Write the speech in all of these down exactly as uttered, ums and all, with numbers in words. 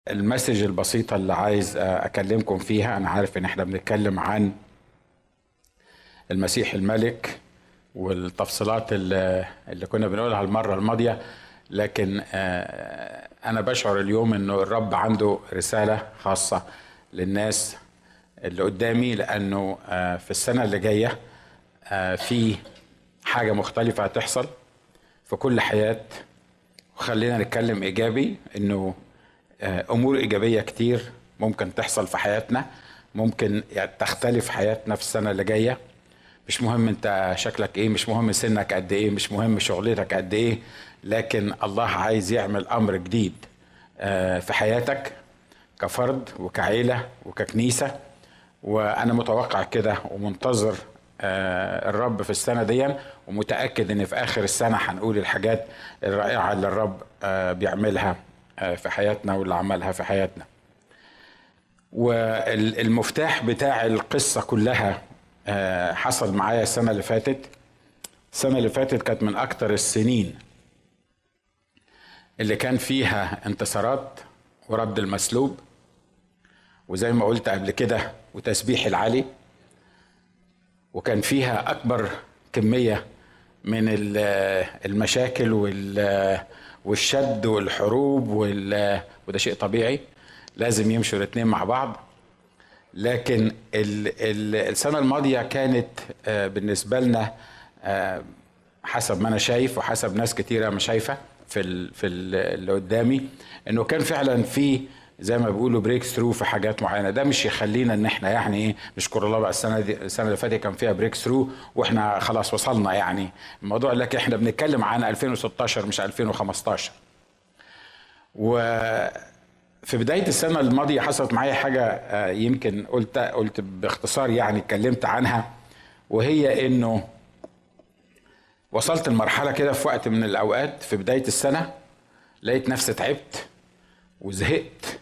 المسج البسيطة اللي عايز أكلمكم فيها، أنا عارف إن إحنا بنتكلم عن المسيح الملك والتفصيلات اللي, اللي كنا بنقولها المرة الماضية، لكن أنا بشعر اليوم إنه الرب عنده رسالة خاصة للناس اللي قدامي، لأنه في السنة اللي جاية في حاجة مختلفة هتحصل في كل حياة. وخلينا نتكلم إيجابي، إنه أمور إيجابية كتير ممكن تحصل في حياتنا، ممكن تختلف حياتنا في السنة اللي جاية. مش مهم أنت شكلك إيه، مش مهم سنك قد إيه، مش مهم شغلتك قد إيه، لكن الله عايز يعمل أمر جديد في حياتك كفرد وكعيلة وككنيسة. وأنا متوقع كده ومنتظر الرب في السنة دي، ومتأكد إن في آخر السنة هنقول الحاجات الرائعة اللي الرب بيعملها في حياتنا واللي عملها في حياتنا. والمفتاح بتاع القصة كلها حصل معايا السنة اللي فاتت. السنة اللي فاتت كانت من أكتر السنين اللي كان فيها انتصارات ورد المسلوب، وزي ما قلت قبل كده وتسبيح العلي، وكان فيها أكبر كمية من المشاكل والشد والحروب، وده شيء طبيعي لازم يمشوا الاثنين مع بعض. لكن السنة الماضية كانت بالنسبة لنا حسب ما أنا شايف وحسب ناس كتيرة ما شايفة في في اللي قدامي، إنه كان فعلا في زي ما بيقولوا بريك ثرو في حاجات معينه. ده مش يخلينا ان احنا يعني ايه نشكر الله بقى السنه دي السنه اللي فاتت كان فيها بريك ثرو واحنا خلاص وصلنا يعني الموضوع، لكن احنا بنتكلم عن ألفين وستاشر مش ألفين وخمستاشر. وفي بدايه السنه الماضيه حصلت معايا حاجه يمكن قلت قلت باختصار يعني اتكلمت عنها، وهي انه وصلت المرحله كده في وقت من الاوقات في بدايه السنه لقيت نفسي تعبت وزهقت،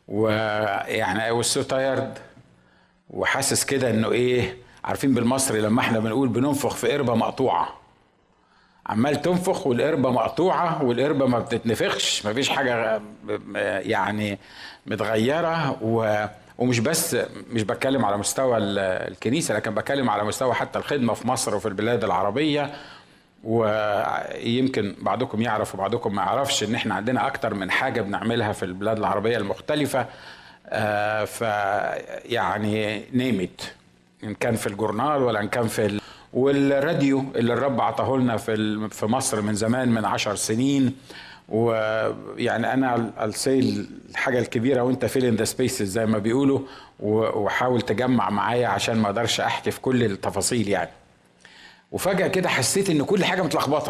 ويعني I was so tired، وحاسس كده انه ايه، عارفين بالمصري لما احنا بنقول بننفخ في قربة مقطوعة، عمال تنفخ والقربة مقطوعة والقربة ما بتتنفخش، ما فيش حاجة يعني متغيرة. ومش بس مش بتكلم على مستوى الكنيسة، لكن بتكلم على مستوى حتى الخدمة في مصر وفي البلاد العربية. ويمكن بعضكم يعرف وبعضكم ما يعرفش ان احنا عندنا اكتر من حاجة بنعملها في البلاد العربية المختلفة. آه فيعني نيمت، ان كان في الجورنال ولا ان كان في ال... والراديو اللي الرب عطاه لنا في ال... في مصر من زمان من عشر سنين. ويعني انا السيل الحاجة الكبيرة وانت فيل ان ذا سبيسز زي ما بيقولوا، وحاول تجمع معايا عشان ما اقدرش احكي في كل التفاصيل يعني. وفجأة كده حسيت ان كل حاجة متلخبطة،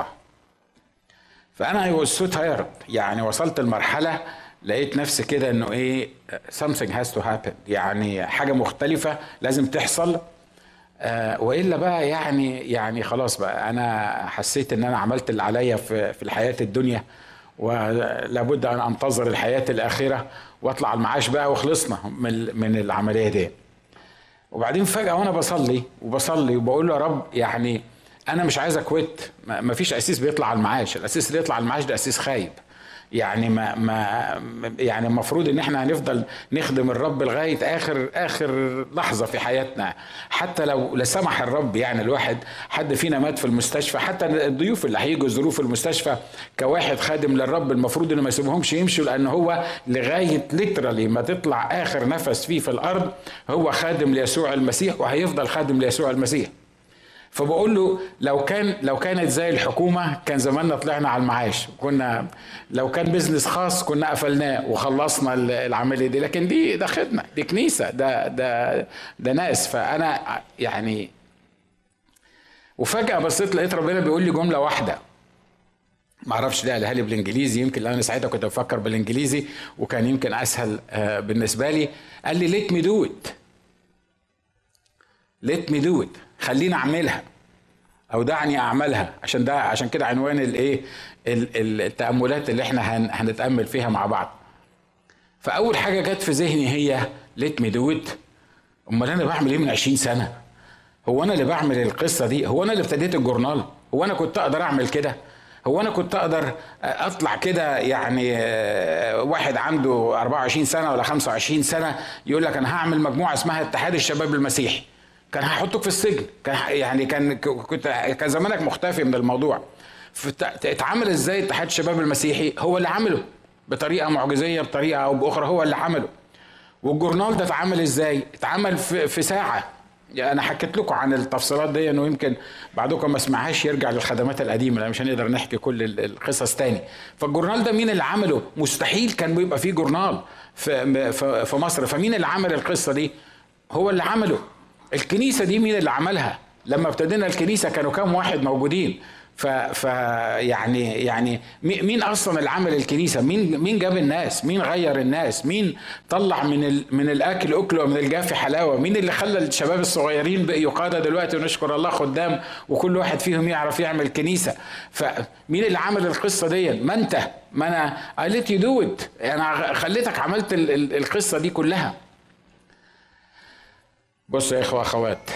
فانا I was so tired، يعني وصلت المرحلة لقيت نفسي كده انه ايه something has to happen، يعني حاجة مختلفة لازم تحصل. آه وإلا بقى يعني يعني خلاص بقى انا حسيت ان انا عملت اللي عليا في في الحياة الدنيا، ولابد ان انتظر الحياة الآخرة واطلع المعاش بقى وخلصنا من من العملية دي. وبعدين فجأة وانا بصلي وبصلي وبقول له يا رب، يعني انا مش عايز اكويت، ما فيش اسيس بيطلع على المعاش، الاسيس اللي يطلع على المعاش ده اسيس خايب، يعني ما ما يعني المفروض ان احنا هنفضل نخدم الرب لغايه اخر اخر لحظه في حياتنا، حتى لو لا سمح الرب يعني الواحد حد فينا مات في المستشفى، حتى الضيوف اللي هيجوا يزوروه في المستشفى كواحد خادم للرب المفروض انه ما يسيبهمش يمشوا، لان هو لغايه ليترالي ما تطلع اخر نفس فيه في الارض هو خادم ليسوع المسيح وهيفضل خادم ليسوع المسيح. فبقول له لو كان لو كانت زي الحكومه كان زماننا طلعنا على المعاش، كنا لو كان بيزنس خاص كنا قفلناه وخلصنا العمليه دي، لكن دي ده خدمه، دي كنيسه، ده ده ده ناس. فانا يعني وفجاه بصيت لقيت ربنا بيقول لي جمله واحده، ما اعرفش ده قالها لي بالانجليزي، يمكن انا ساعتها كنت بفكر بالانجليزي وكان يمكن اسهل بالنسبه لي. قال لي let me do it let me do it خليني اعملها او دعني اعملها، عشان ده عشان كده عنوان الايه التاملات اللي احنا هنتامل فيها مع بعض. فاول حاجه جت في ذهني هي let me do it. امال انا بعمل ايه من عشرين سنة؟ هو انا اللي بعمل القصه دي؟ هو انا اللي ابتديت الجورنال؟ هو انا كنت اقدر اعمل كده؟ هو انا كنت اقدر اطلع كده يعني واحد عنده أربعة وعشرين سنة ولا خمسة وعشرين سنة يقول لك انا هعمل مجموعة اسمها اتحاد الشباب المسيحي، كان هحطك في السجن، كان يعني كان كنت كان زمانك مختفي من الموضوع. اتعمل ازاي اتحاد الشباب المسيحي؟ هو اللي عمله بطريقة معجزية، بطريقة او باخرى هو اللي عمله. والجورنال ده اتعمل ازاي؟ اتعمل في, في ساعة. يعني انا حكيت لكم عن التفصيلات دي، انه يمكن بعضكم ما سمعهاش يرجع للخدمات القديمه، لان مش هنقدر نحكي كل القصص تاني. فالجورنال ده مين اللي عمله؟ مستحيل كان بيبقى فيه جورنال في في مصر. فمين اللي عمل القصه دي؟ هو اللي عمله. الكنيسه دي مين اللي عملها؟ لما ابتدينا الكنيسه كانوا كام واحد موجودين؟ ف, ف يعني يعني مين اصلا اللي عمل الكنيسه؟ مين مين جاب الناس؟ مين غير الناس؟ مين طلع من ال من الاكل اكل ومن الجاف حلاوه؟ مين اللي خلى الشباب الصغيرين بقوا قاده دلوقتي ونشكر الله خدام وكل واحد فيهم يعرف يعمل كنيسه؟ فمين اللي عمل القصه دي؟ ما انت، ما انا I let you do it، انا خليتك عملت ال ال القصه دي كلها. بصوا يا اخوه اخوات،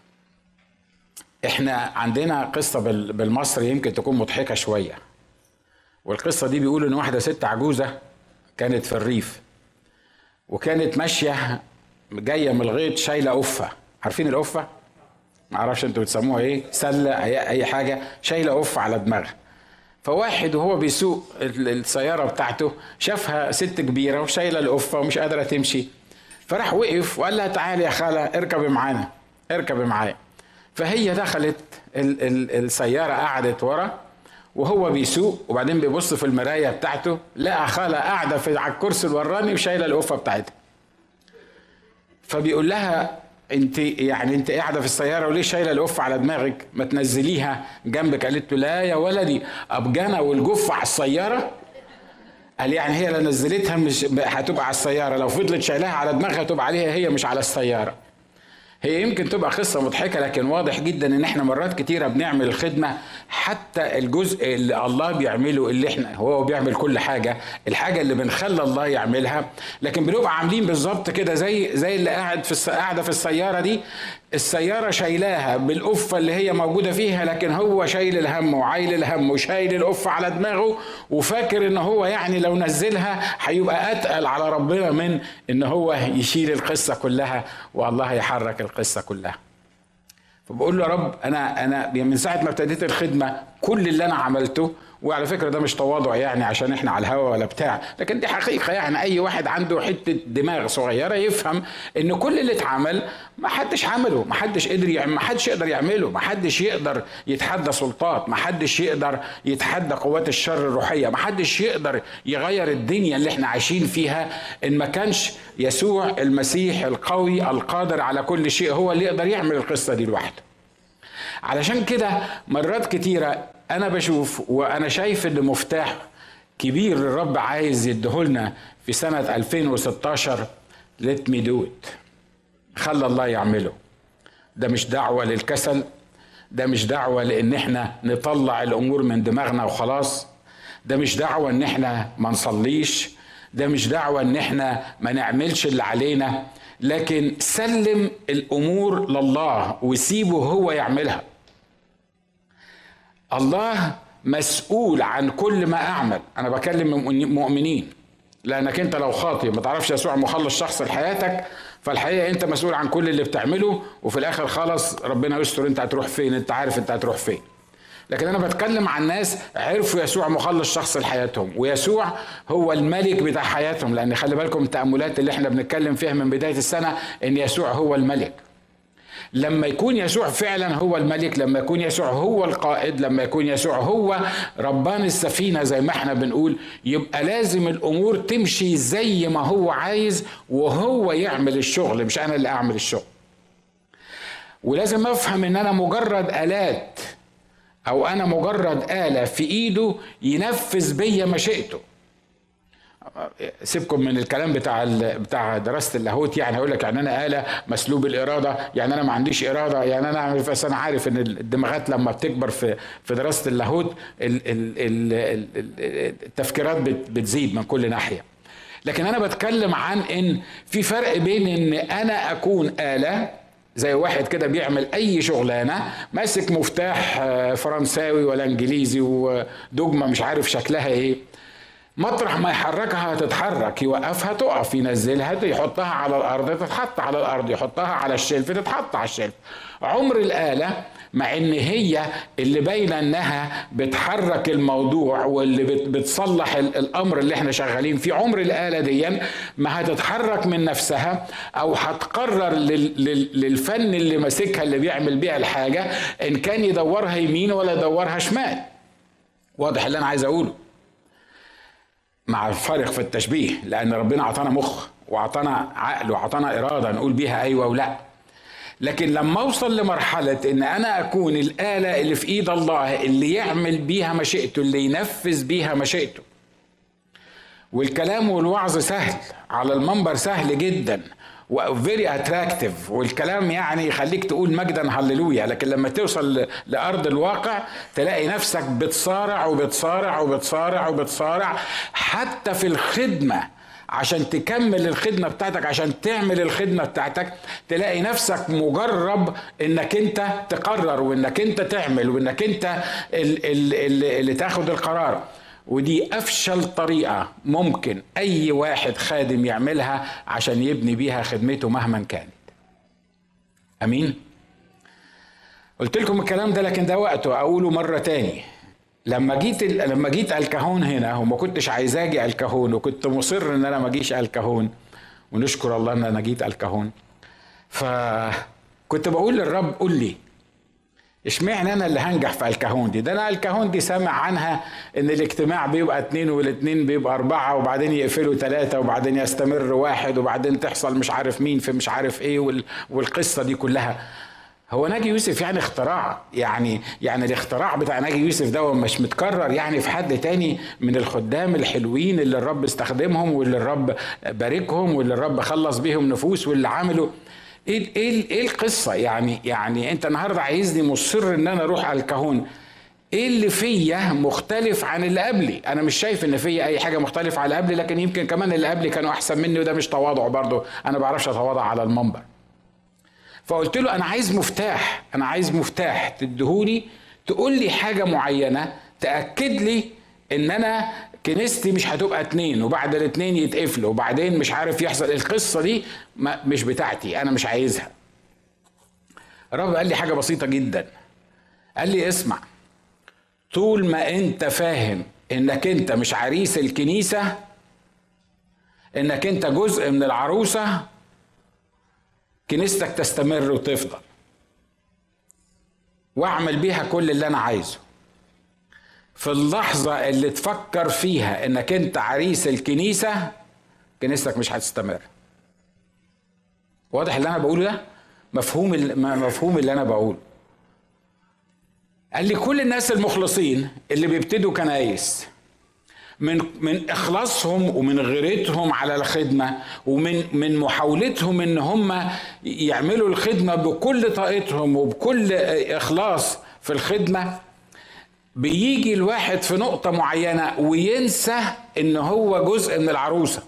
احنا عندنا قصة بالمصري يمكن تكون مضحكة شوية، والقصة دي بيقولوا ان واحدة ست عجوزة كانت في الريف وكانت ماشية جاية من الغيط شايلة قفة. عارفين القفة؟ معرفش انتوا بتسموها ايه، سلة اي, أي حاجة، شايلة قفة على دماغها. فواحد وهو بيسوق السيارة بتاعته شافها ست كبيرة وشايلة القفة ومش قادرة تمشي، فراح وقف وقال لها تعالي يا خالة اركبي معانا، اركبي معايا. فهي دخلت ال ال السيارة، قعدت ورا وهو بيسوق، وبعدين بيبص في المراية بتاعته لقى خالة قاعدة في على الكرسي الوراني وشايلة القفة بتاعتها. فبيقول لها انت يعني انت قاعدة في السيارة وليه شايلة القفة على دماغك؟ ما تنزليها جنبك. قالت له لا يا ولدي، ابجانة والجفة على السيارة. قال يعني هي لو نزلتها مش هتبقى على السيارة، لو فضلت شايلها على دماغها تبقى عليها هي مش على السيارة. هي يمكن تبقى قصة مضحكة، لكن واضح جدا ان احنا مرات كتيرة بنعمل الخدمة حتى الجزء اللي الله بيعمله، اللي احنا هو بيعمل كل حاجة، الحاجة اللي بنخلى الله يعملها، لكن بنبقى عاملين بالظبط كده زي زي اللي قاعد في قاعدة في السيارة دي، السيارة شايلاها بالقفة اللي هي موجودة فيها، لكن هو شايل الهم وعايل الهم وشايل القفة على دماغه، وفاكر ان هو يعني لو نزلها هيبقى اتقل على ربنا من ان هو يشيل القصة كلها والله يحرك القصة كلها. فبقول له يا رب انا انا من ساعة ما ابتديت الخدمة كل اللي انا عملته، وعلى فكرة ده مش تواضع يعني عشان احنا على الهوا ولا بتاع، لكن دي حقيقة، يعني اي واحد عنده حتة دماغ صغيرة يفهم ان كل اللي اتعمل ما حدش عمله، ما حدش قدر يعمل، ما حدش يقدر يعمله، ما حدش يقدر يتحدى سلطات، ما حدش يقدر يتحدى قوات الشر الروحية، ما حدش يقدر يغير الدنيا اللي احنا عايشين فيها ان ما كانش يسوع المسيح القوي القادر على كل شيء هو اللي يقدر يعمل القصة دي لوحده. علشان كده مرات كتيرة أنا بشوف وأنا شايف إن مفتاح كبير الرب عايز يديهولنا في سنة ألفين وستاشر let me do it. خلى الله يعمله. ده مش دعوة للكسل، ده مش دعوة لأن إحنا نطلع الأمور من دماغنا وخلاص، ده مش دعوة إن إحنا ما نصليش، ده مش دعوة إن إحنا ما نعملش اللي علينا، لكن سلم الأمور لله وسيبه هو يعملها. الله مسؤول عن كل ما أعمل. أنا بكلم مؤمنين، لأنك أنت لو خاطئ ما تعرفش يسوع مخلص شخص لحياتك، فالحقيقة أنت مسؤول عن كل اللي بتعمله، وفي الآخر خالص ربنا يستر أنت هتروح فين، أنت عارف أنت هتروح فين. لكن أنا بتكلم عن ناس عرفوا يسوع مخلص شخص لحياتهم، ويسوع هو الملك بتاع حياتهم، لأن خلي بالكم التأملات اللي احنا بنتكلم فيها من بداية السنة إن يسوع هو الملك. لما يكون يسوع فعلا هو الملك، لما يكون يسوع هو القائد، لما يكون يسوع هو ربان السفينة زي ما احنا بنقول، يبقى لازم الأمور تمشي زي ما هو عايز، وهو يعمل الشغل مش أنا اللي أعمل الشغل. ولازم أفهم إن أنا مجرد آلات، أو أنا مجرد آلة في إيده ينفذ بيا مشيئته. سيبكم من الكلام بتاع بتاع دراسه اللاهوت، يعني هقول لك يعني انا آلة مسلوب الاراده، يعني انا ما عنديش اراده، يعني انا اعمل. بس انا عارف ان الدماغات لما بتكبر في في دراسه اللاهوت التفكيرات بتزيد من كل ناحيه. لكن انا بتكلم عن ان في فرق بين ان انا اكون آلة زي واحد كده بيعمل اي شغلانه، ماسك مفتاح فرنساوي ولا انجليزي ودجمه مش عارف شكلها ايه، مطرح ما يحركها هتتحرك، يوقفها تقف، ينزلها يحطها على الارض تتحط على الارض، يحطها على الشلف تتحط على الشلف. عمر الآلة مع ان هي اللي باينه انها بتحرك الموضوع واللي بتصلح الامر اللي احنا شغالين فيه، عمر الآلة دي ما هتتحرك من نفسها او هتقرر للفن اللي ماسكها اللي بيعمل بيها الحاجه ان كان يدورها يمين ولا يدورها شمال. واضح اللي انا عايز اقوله؟ مع الفرق في التشبيه، لان ربنا اعطانا مخ واعطانا عقل واعطانا اراده نقول بيها ايوه ولا. لكن لما اوصل لمرحله ان انا اكون الاله اللي في ايد الله اللي يعمل بيها مشيئته، اللي ينفذ بيها مشيئته، والكلام والوعظ سهل على المنبر، سهل جدا وفيري اتراكتيف، والكلام يعني يخليك تقول مجدا هللويا، لكن لما توصل لارض الواقع تلاقي نفسك بتصارع وبتصارع وبتصارع وبتصارع حتى في الخدمه عشان تكمل الخدمة بتاعتك، عشان تعمل الخدمة بتاعتك، تلاقي نفسك مجرب انك انت تقرر وانك انت تعمل وانك انت اللي, اللي تاخد القرار. ودي افشل طريقة ممكن اي واحد خادم يعملها عشان يبني بيها خدمته مهما كانت. امين؟ قلت لكم الكلام ده لكن ده وقته اقوله مرة تاني. لما جيت لما جيت الكهون هنا وما كنتش عايز اجي الكهون، وكنت مصر ان انا ما اجيش الكهون، ونشكر الله ان انا جيت الكهون، فكنت بقول للرب قول لي اشمعنى انا اللي هنجح في الكهون دي؟ ده انا الكهون دي سامع عنها ان الاجتماع بيبقى اتنين والاثنين بيبقى اربعه وبعدين يقفلوا ثلاثه وبعدين يستمر واحد وبعدين تحصل مش عارف مين في مش عارف ايه والقصه دي كلها. هو ناجي يوسف يعني اختراع؟ يعني يعني الاختراع بتاع ناجي يوسف ده مش متكرر يعني في حد تاني من الخدام الحلوين اللي الرب استخدمهم واللي الرب باركهم واللي الرب خلص بيهم نفوس واللي عملوا ايه ايه ايه القصه؟ يعني يعني انت النهارده عايزني مصر ان انا اروح على الكهون، ايه اللي فيا مختلف عن اللي قبلي؟ انا مش شايف ان فيا اي حاجه مختلفه على اللي قبلي، لكن يمكن كمان اللي قبلي كانوا احسن مني، وده مش تواضع برضه، انا بعرفش اتواضع على المنبر. فقلت له انا عايز مفتاح، انا عايز مفتاح تدهوني تقول لي حاجه معينه تاكد لي ان انا كنيستي مش هتبقى اتنين وبعد الاتنين يتقفلوا وبعدين مش عارف يحصل القصه دي، مش بتاعتي، انا مش عايزها. الرب قال لي حاجه بسيطه جدا، قال لي اسمع، طول ما انت فاهم انك انت مش عريس الكنيسه، انك انت جزء من العروسه، كنيستك تستمر وتفضل واعمل بيها كل اللي انا عايزه. في اللحظة اللي تفكر فيها انك انت عريس الكنيسة، كنيستك مش هتستمر. واضح اللي انا بقوله ده؟ مفهوم مفهوم اللي انا بقوله. قال لي كل الناس المخلصين اللي بيبتدوا كنايس من من اخلاصهم ومن غيرتهم على الخدمه ومن من محاولتهم ان هم يعملوا الخدمه بكل طاقتهم وبكل اخلاص في الخدمه، بيجي الواحد في نقطه معينه وينسى ان هو جزء من العروسه،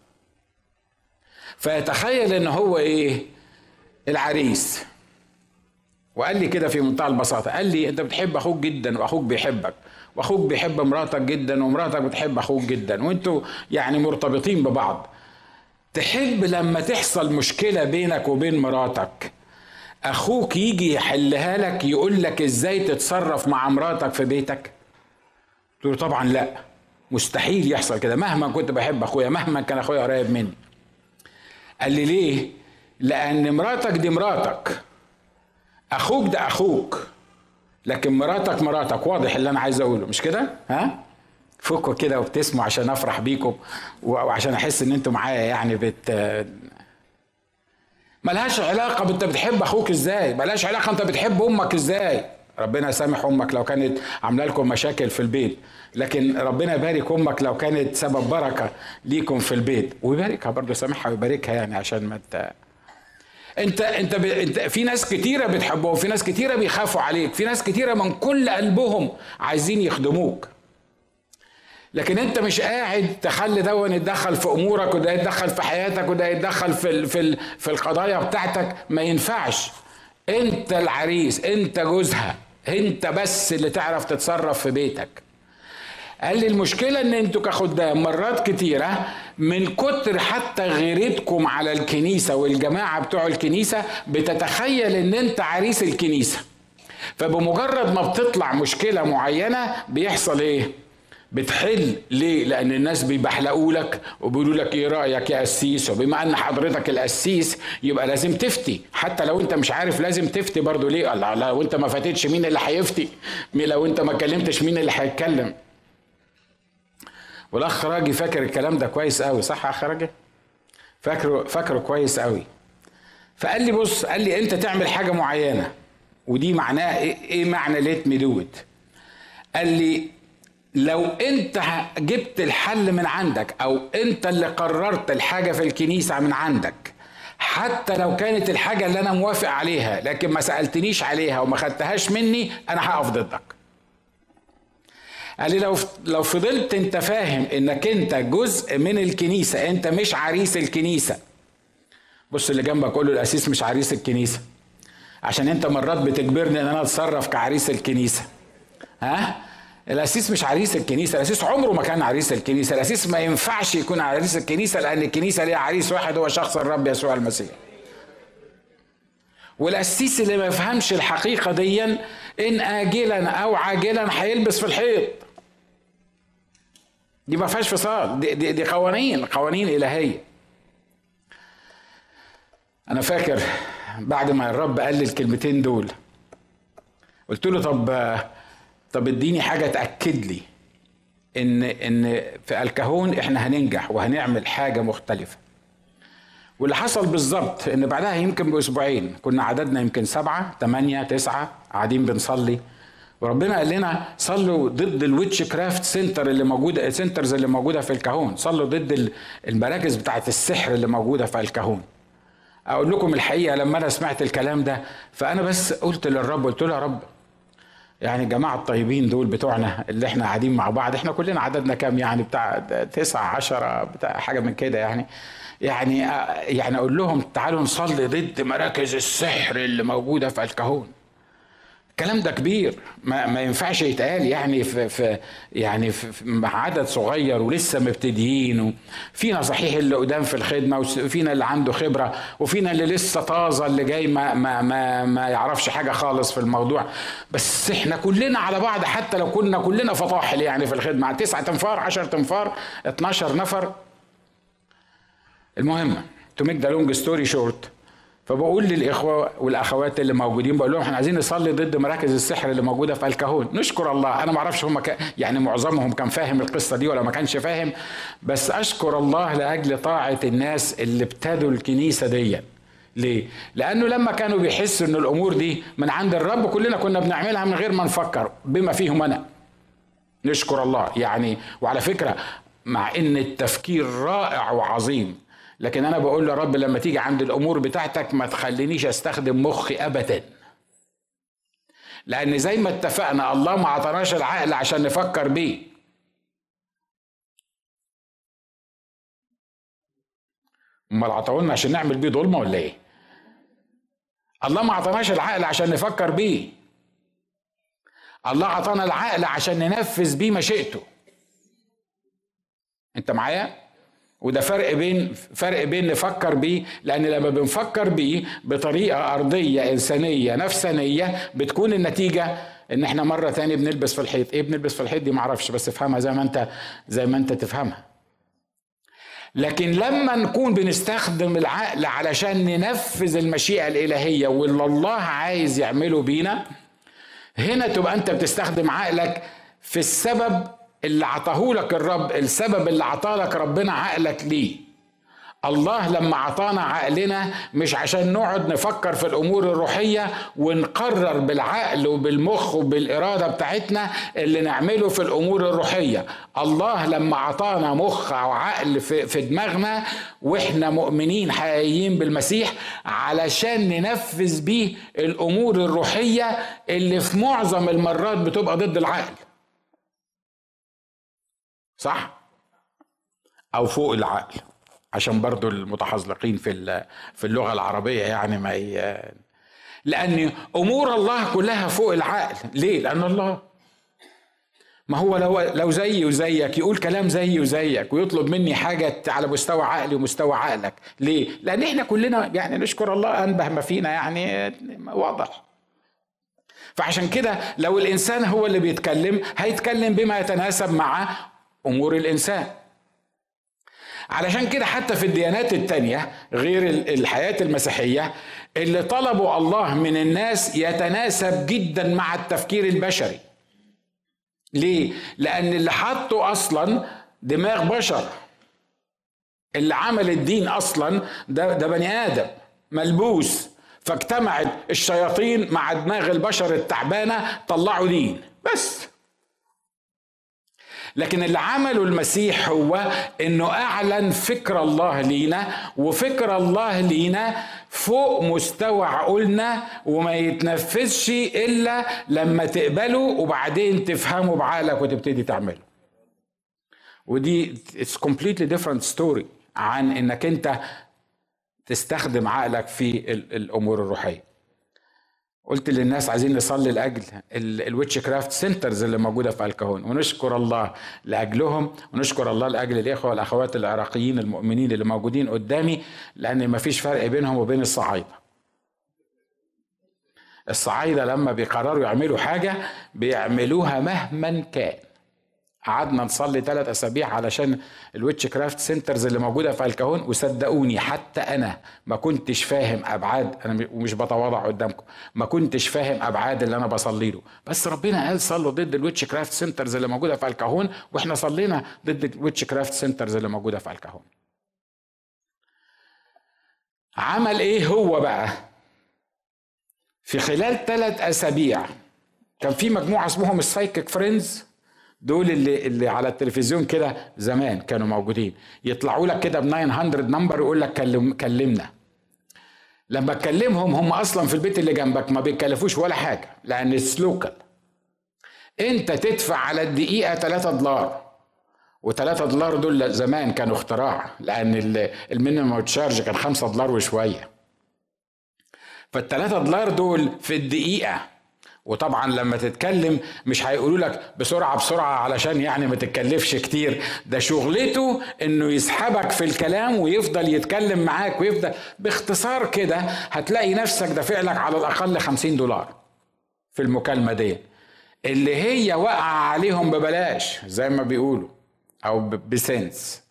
فيتخيل ان هو ايه؟ العريس. وقال لي كده في منتهى البساطه، قال لي انت بتحب اخوك جدا واخوك بيحبك، واخوك بيحب مراتك جدا ومراتك بتحب اخوك جدا، وانتوا يعني مرتبطين ببعض. تحب لما تحصل مشكلة بينك وبين مراتك اخوك يجي يحلها لك، يقول لك ازاي تتصرف مع مراتك في بيتك؟ قلت له طبعا لا، مستحيل يحصل كده مهما كنت بحب اخويا، مهما كان اخويا قريب مني. قال لي ليه؟ لان مراتك دي مراتك، اخوك ده اخوك، لكن مراتك مراتك. واضح اللي انا عايز اقوله مش كده؟ ها فكوا كده وبتسمعوا عشان افرح بيكم وعشان احس ان انتوا معايا، يعني بت ملهاش علاقه بانت بتحب اخوك ازاي، ملهاش علاقه انت بتحب امك ازاي. ربنا يسامح امك لو كانت عامله لكم مشاكل في البيت، لكن ربنا يبارك امك لو كانت سبب بركه ليكم في البيت، ويباركها برضه، يسامحها ويباركها، يعني عشان ما ت... انت انت, ب... انت في ناس كتيره بتحبهم، في ناس كتيره بيخافوا عليك، في ناس كتيره من كل قلبهم عايزين يخدموك، لكن انت مش قاعد تخلي ده يتدخل في امورك وده يتدخل في حياتك وده يتدخل في في في القضايا بتاعتك. ما ينفعش. انت العريس، انت جوزها، انت بس اللي تعرف تتصرف في بيتك. قال لي المشكلة ان انتوا كخدام مرات كتيرة من كتر حتى غيرتكم على الكنيسة والجماعة بتوع الكنيسة بتتخيل ان انت عريس الكنيسة، فبمجرد ما بتطلع مشكلة معينة بيحصل ايه؟ بتحل. ليه؟ لان الناس بيبحلقوا لك وبيقولوا لك ايه رأيك يا قسيس، وبما ان حضرتك القسيس يبقى لازم تفتي، حتى لو انت مش عارف لازم تفتي برضو. ليه؟ الله، لو انت ما فاتتش مين اللي هيفتي؟ لو انت ما كلمتش مين اللي هيتكلم؟ والاخ راجي فاكر الكلام ده كويس قوي، صح يا اخ راجي؟ فاكره فاكره كويس قوي. فقال لي بص، قال لي انت تعمل حاجه معينه، ودي معناها ايه؟ ايه معنى ليت مي دو ات؟ قال لي لو انت جبت الحل من عندك، او انت اللي قررت الحاجه في الكنيسه من عندك، حتى لو كانت الحاجه اللي انا موافق عليها لكن ما سالتنيش عليها وما خدتهاش مني، انا هقف ضدك. قال لي لو لو فضلت انت فاهم انك انت جزء من الكنيسه، انت مش عريس الكنيسه. بص اللي جنبك قول له القسيس مش عريس الكنيسه، عشان انت مرات بتجبرني ان انا اتصرف كعريس الكنيسه. ها؟ القسيس مش عريس الكنيسه، القسيس عمره ما كان عريس الكنيسه، القسيس ما ينفعش يكون عريس الكنيسه، لان الكنيسه ليها عريس واحد هو شخص الرب يسوع المسيح. والقسيس اللي ما يفهمش الحقيقه دي ان اجلا او عاجلا هيلبس في الحيط. دي ما فيهاش فصال، دي, دي, دي قوانين قوانين الهيه. انا فاكر بعد ما الرب قال لي الكلمتين دول قلت له طب طب اديني حاجه تاكد لي ان ان في الكهون احنا هننجح وهنعمل حاجه مختلفه. واللي حصل بالظبط ان بعدها يمكن باسبوعين كنا عددنا يمكن سبعه ثمانيه تسعه قاعدين بنصلي، وربنا قال لنا صلوا ضد الويتش كرافت سنتر اللي موجوده، سنترز اللي موجوده في الكهون، صلوا ضد المراكز بتاعه السحر اللي موجوده في الكهون. اقول لكم الحقيقه لما انا سمعت الكلام ده فانا بس قلت للرب، قلت له يا رب يعني الجماعه الطيبين دول بتوعنا اللي احنا قاعدين مع بعض، احنا كلنا عددنا كام يعني؟ بتاع تسعة عشرة بتاع حاجه من كده يعني يعني يعني اقول لهم تعالوا نصلي ضد مراكز السحر اللي موجوده في الكهون. الكلام ده كبير، ما, ما ينفعش يتقال يعني في, في يعني في مع عدد صغير ولسه مبتدئين. وفينا صحيح اللي قدام في الخدمه، وفينا اللي عنده خبره، وفينا اللي لسه طازه اللي جاي ما ما ما, ما يعرفش حاجه خالص في الموضوع. بس احنا كلنا على بعض، حتى لو كنا كلنا فطاحل يعني في الخدمه، تسعة تنفار عشر تنفار اتناشر نفر. المهم to make the long story short، فبقول للاخوه والاخوات اللي موجودين بقول لهم احنا عايزين نصلي ضد مراكز السحر اللي موجوده في الكهون. نشكر الله، انا ما اعرفش هم ك... يعني معظمهم كان فاهم القصه دي ولا ما كانش فاهم، بس اشكر الله لاجل طاعه الناس اللي ابتدوا الكنيسه دي. ليه؟ لانه لما كانوا بيحسوا ان الامور دي من عند الرب كلنا كنا بنعملها من غير ما نفكر، بما فيهم انا. نشكر الله يعني. وعلى فكره مع ان التفكير رائع وعظيم، لكن انا بقول له رب لما تيجي عند الامور بتاعتك ما تخلينيش استخدم مخي ابدا، لان زي ما اتفقنا الله ما عطاناش العقل عشان نفكر بيه. امال عطاولنا عشان نعمل بيه ظلمه ولا ايه؟ الله ما عطاناش العقل عشان نفكر بيه، الله عطانا العقل عشان ننفذ بيه مشيئته. انت معايا؟ وده فرق بين فرق بين نفكر بيه، لان لما بنفكر بيه بطريقه ارضيه انسانيه نفسانيه بتكون النتيجه ان احنا مره ثانيه بنلبس في الحيط. ايه بنلبس في الحيط دي؟ معرفش، بس افهمها زي ما انت زي ما انت تفهمها. لكن لما نكون بنستخدم العقل علشان ننفذ المشيئه الالهيه واللي الله عايز يعمله بينا، هنا تبقى انت بتستخدم عقلك في السبب اللي عطاهولك الرب، السبب اللي عطالك ربنا عقلك ليه. الله لما عطانا عقلنا مش عشان نقعد نفكر في الامور الروحيه ونقرر بالعقل وبالمخ وبالإرادة بتاعتنا اللي نعمله في الامور الروحيه. الله لما عطانا مخ او عقل في, في دماغنا واحنا مؤمنين حقيقيين بالمسيح علشان ننفذ بيه الامور الروحيه اللي في معظم المرات بتبقى ضد العقل. صح؟ او فوق العقل، عشان برضو المتحذلقين في في اللغة العربية يعني ما ي... لأن أمور الله كلها فوق العقل. ليه؟ لأن الله، ما هو لو لو زيي وزيك يقول كلام زيي وزيك ويطلب مني حاجة على مستوى عقلي ومستوى عقلك. ليه؟ لأن احنا كلنا يعني نشكر الله أنبه ما فينا، يعني واضح. فعشان كده لو الإنسان هو اللي بيتكلم هيتكلم بما يتناسب مع أمور الإنسان. علشان كده حتى في الديانات التانية غير الحياة المسيحية اللي طلبوا الله من الناس يتناسب جدا مع التفكير البشري. ليه؟ لأن اللي حطه أصلا دماغ بشر، اللي عمل الدين أصلا ده, ده بني آدم ملبوس، فاجتمعت الشياطين مع دماغ البشر التعبانة طلعوا دين بس. لكن اللي عمله المسيح هو انه اعلن فكر الله لينا، وفكر الله لينا فوق مستوى عقولنا وما يتنفذش الا لما تقبله وبعدين تفهمه بعقلك وتبتدي تعمله. ودي it's completely different story عن انك انت تستخدم عقلك في الامور الروحيه. قلت للناس عايزين نصلي لاجل الويتش كرافت سنترز اللي موجوده في الكهون، ونشكر الله لاجلهم، ونشكر الله لاجل الاخوه والاخوات العراقيين المؤمنين اللي موجودين قدامي، لان ما فيش فرق بينهم وبين الصعايده. الصعايده لما بيقرروا يعملوا حاجه بيعملوها مهما كان. قعدنا نصلي ثلاث اسابيع علشان الويتش كرافت سنترز اللي موجوده في الكهون، وصدقوني حتى انا ما كنتش فاهم ابعاد، انا ومش بتواضع قدامكم، ما كنتش فاهم ابعاد اللي انا بصلي له، بس ربنا قال صلوا ضد الويتش كرافت سنترز اللي موجوده في الكهون، واحنا صلينا ضد الويتش كرافت سنترز اللي موجوده في الكهون. عمل ايه هو بقى؟ في خلال ثلاث اسابيع كان في مجموعه اسمهم السايكيك فريندز، دول اللي اللي على التلفزيون كده زمان كانوا موجودين، يطلعوا لك كده ب تسعمية نمبر ويقول لك كلم كلمنا. لما تكلمهم هم اصلا في البيت اللي جنبك ما بيكلفوش ولا حاجه، لان السلوكال انت تدفع على الدقيقه ثلاثة دولار، و3 دولار دول زمان كانوا اختراع، لان المينيمم تشارج كان خمسة دولار وشويه. فالثلاثة دولار دول في الدقيقه، وطبعا لما تتكلم مش هيقولوا لك بسرعة بسرعة علشان يعني ما تتكلفش كتير، ده شغلته انه يسحبك في الكلام ويفضل يتكلم معاك ويفضل باختصار كده. هتلاقي نفسك دافع لك على الاقل خمسين دولار في المكالمة دي، اللي هي وقع عليهم ببلاش زي ما بيقولوا او بسنس.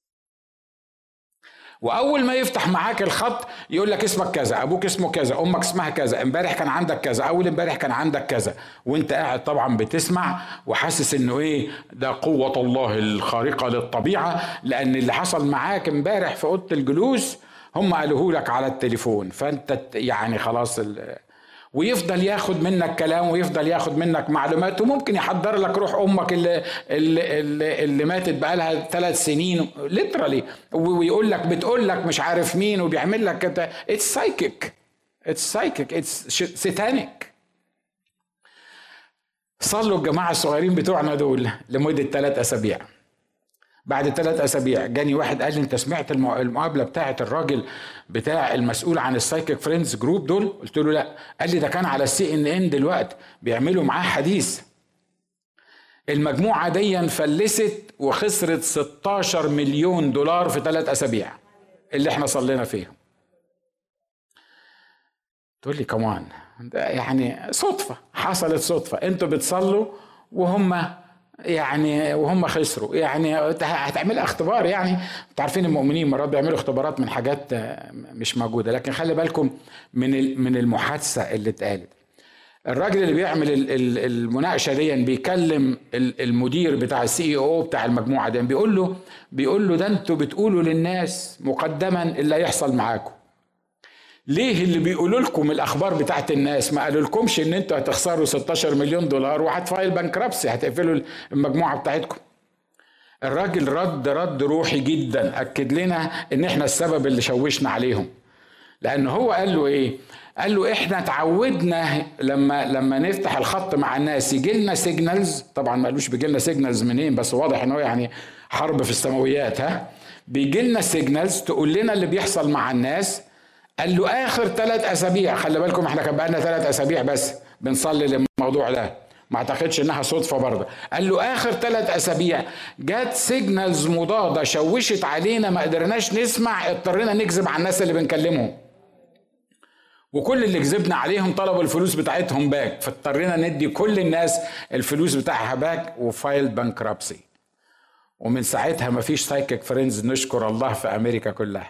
واول ما يفتح معاك الخط يقول لك اسمك كذا، ابوك اسمه كذا، امك اسمها كذا، امبارح كان عندك كذا، اول امبارح كان عندك كذا، وانت قاعد طبعا بتسمع وحاسس انه ايه ده قوة الله الخارقة للطبيعة، لان اللي حصل معاك امبارح في اوضة الجلوس هم قالوه لك على التليفون، فانت يعني خلاص ال... ويفضل ياخد منك كلام ويفضل ياخد منك معلومات، وممكن يحضر لك روح امك اللي اللي, اللي, اللي ماتت بقالها ثلاث سنين ليترالي، ويقول لك بتقول لك مش عارف مين، وبيعمل لك كده. اتس سايكيك اتس سايكيك اتس ساتانيك. صلوا الجماعه الصغيرين بتوعنا دول لمده ثلاث اسابيع. بعد ثلاث اسابيع جاني واحد قال لي انت سمعت المقابله بتاعه الراجل بتاع المسؤول عن السايكيك فريندز جروب دول؟ قلت له لا. قال لي ده كان على السي ان ان دلوقتي بيعملوا معاه حديث. المجموعه دي فلست وخسرت ستاشر مليون دولار في ثلاث اسابيع اللي احنا صلينا فيهم. تقول لي كمان ده يعني صدفه، حصلت صدفه، انتوا بتصلوا وهم يعني وهم خسروا، يعني هتعمل اختبار. يعني انتوا عارفين المؤمنين مرات بيعملوا اختبارات من حاجات مش موجوده، لكن خلي بالكم من من المحادثه اللي اتقالت. الراجل اللي بيعمل المناقشه دي بيكلم المدير بتاع السي او بتاع المجموعه دي، بيقول له بيقول له ده انتوا بتقولوا للناس مقدما اللي هيحصل معاكم، ليه اللي بيقولوا لكم الاخبار بتاعت الناس ما قالوا لكمش ان انتوا هتخسروا ستاشر مليون دولار وهتفايل بانكرابسي، هتقفلوا المجموعه بتاعتكم؟ الراجل رد رد روحي جدا، اكد لنا ان احنا السبب اللي شوشنا عليهم. لان هو قال له ايه؟ قال له احنا تعودنا لما لما نفتح الخط مع الناس يجي لنا سيجنالز. طبعا ما قالوش بيجي لنا سيجنالز منين، بس واضح انه يعني حرب في السماويات. ها بيجي لنا سيجنالز تقول لنا اللي بيحصل مع الناس. قال له اخر ثلاث اسابيع، خلي بالكم احنا كان بقى لنا ثلاث اسابيع بس بنصلي للموضوع ده، ما اعتقدش انها صدفه برضه. قال له اخر ثلاث اسابيع جات سيجنالز مضاده شوشت علينا، ما قدرناش نسمع، اضطرينا نكذب على الناس اللي بنكلمهم، وكل اللي كذبنا عليهم طلبوا الفلوس بتاعتهم باك، فاضطرينا ندي كل الناس الفلوس بتاعها باك وفايل بانكرابسي. ومن ساعتها ما فيش سايكيك فريندز، نشكر الله، في امريكا كلها.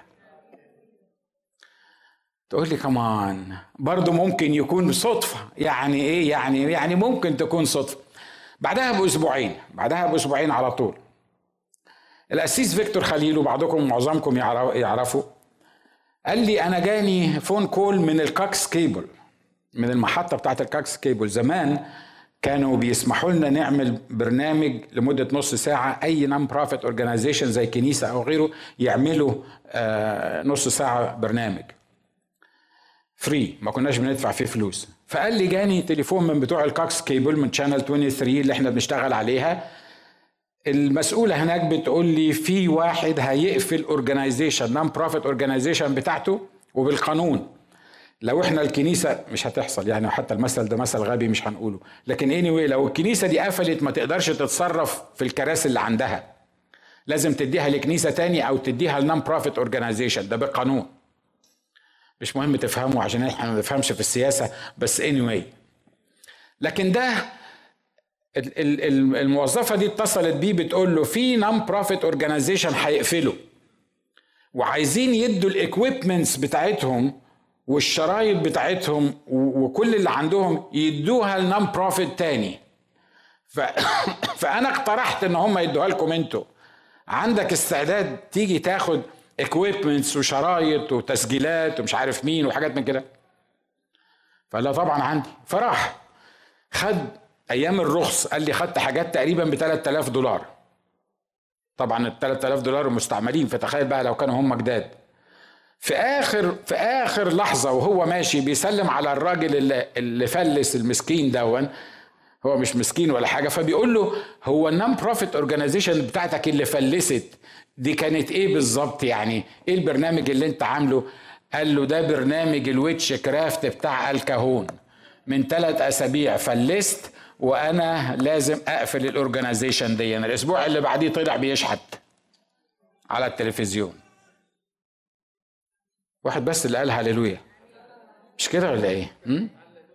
تقول لي كمان برضو ممكن يكون صدفة. يعني ايه؟ يعني يعني ممكن تكون صدفة. بعدها باسبوعين بعدها باسبوعين على طول القسيس فيكتور خليل، وبعضكم معظمكم يعرفوا، قال لي انا جاني فون كول من الكاكس كيبل، من المحطة بتاعت الكاكس كيبل. زمان كانوا بيسمحوا لنا نعمل برنامج لمدة نص ساعة، اي نون بروفيت اورجانيزيشن زي كنيسة او غيره يعملوا آه نص ساعة برنامج فري، ما كناش بندفع فيه فلوس. فقال لي جاني تليفون من بتوع الكاكس كيبل من شانل ثلاثة وعشرين اللي احنا بنشتغل عليها. المسؤولة هناك بتقول لي في واحد هيقفل اورجانيزيشن نون بروفيت اورجانيزيشن بتاعته، وبالقانون لو احنا الكنيسة مش هتحصل يعني، حتى المثل ده مثل غبي مش هنقوله، لكن anyway لو الكنيسة دي قفلت ما تقدرش تتصرف في الكراسي اللي عندها، لازم تديها لكنيسة تاني او تديها لنون بروفيت اورجانيزيشن، ده بالقانون. مش مهم تفهموا عشان احنا ما نفهمش في السياسة، بس anyway. لكن ده الموظفة دي اتصلت بيه بتقول له في نون بروفيت اورجانيزيشن هيقفلوا، وعايزين يدوا الاكويبمنتس بتاعتهم والشرايط بتاعتهم وكل اللي عندهم يدوها لنون بروفيت تاني. ف... فانا اقترحت ان هم يدوها لكم انتوا. عندك استعداد تيجي تاخد اكويبمنتس وشرايط وتسجيلات ومش عارف مين وحاجات من كده؟ فلا طبعا عندي. فراح خد ايام الرخص، قال لي خدت حاجات تقريبا ب ثلاثة آلاف دولار. طبعا ال ثلاثة آلاف دولار مستعملين، فتخيل بقى لو كانوا هم جداد. في اخر في اخر لحظه وهو ماشي بيسلم على الراجل اللي, اللي فلس المسكين دون، هو مش مسكين ولا حاجه، فبيقول له هو النون بروفيت اورجانيزيشن بتاعتك اللي فلست دي كانت ايه بالظبط؟ يعني ايه البرنامج اللي انت عامله؟ قال له ده برنامج الويتش كرافت بتاع الكهون، من ثلاث اسابيع فلست وانا لازم اقفل الاورجانيزيشن دي. الاسبوع اللي بعديه طلع بيشحت على التلفزيون. واحد بس اللي قال هاليلويا، مش كده ولا ايه؟ م?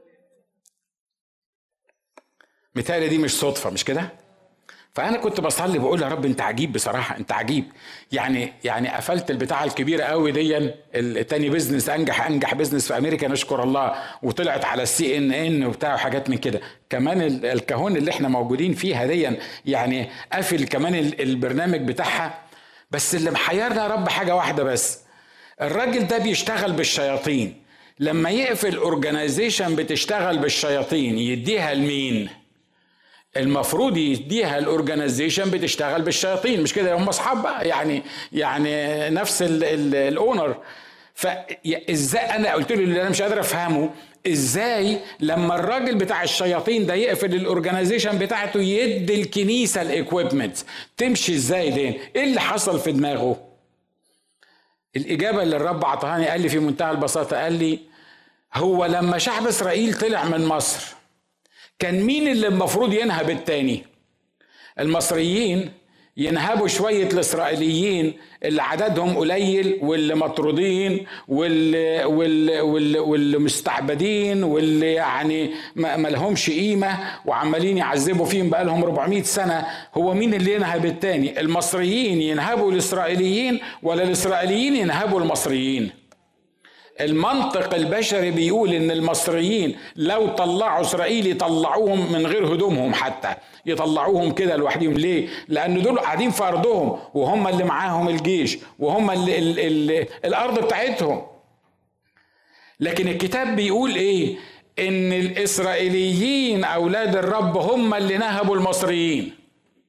مثالي دي مش صدفه، مش كده؟ فانا كنت بصلي بقول يا رب انت عجيب بصراحه، انت عجيب. يعني يعني قفلت البتاعه الكبيره قوي دي، التاني بيزنس انجح انجح بيزنس في امريكا نشكر الله، وطلعت على السي ان ان وبتاع وحاجات من كده. كمان الكهون اللي احنا موجودين فيها دي يعني قافل كمان البرنامج بتاعها. بس اللي محيرنا يا رب حاجه واحده بس، الراجل ده بيشتغل بالشياطين. لما يقفل اورجانيزيشن بتشتغل بالشياطين يديها لمين؟ المفروض يديها الاورجانيزيشن بتشتغل بالشياطين، مش كده؟ هم اصحاب بقى يعني يعني نفس الاونر. فازاي انا قلت له اللي انا مش قادر افهمه، ازاي لما الراجل بتاع الشياطين ده يقفل الاورجانيزيشن بتاعته يدي الكنيسه الاكويبمنت؟ تمشي ازاي دي؟ ايه اللي حصل في دماغه؟ الاجابه اللي الرب عطاني قال لي في منتهى البساطه، قال لي هو لما شعب اسرائيل طلع من مصر كان مين اللي المفروض ينهب التاني؟ المصريين ينهبوا شوية الإسرائيليين اللي عددهم قليل واللي مطرودين واللي, واللي, واللي, واللي مستعبدين واللي يعني ما لهمش قيمة وعمالين يعذبوا فيهم بقالهم أربعمائة سنة. هو مين اللي ينهب التاني؟ المصريين ينهبوا الإسرائيليين ولا الإسرائيليين ينهبوا المصريين؟ المنطق البشري بيقول ان المصريين لو طلعوا اسرائيل يطلعوهم من غير هدومهم، حتى يطلعوهم كده لوحدهم. ليه؟ لان دول قاعدين في ارضهم وهم اللي معاهم الجيش وهم اللي ال ال الارض بتاعتهم. لكن الكتاب بيقول ايه؟ ان الاسرائيليين اولاد الرب هم اللي نهبوا المصريين.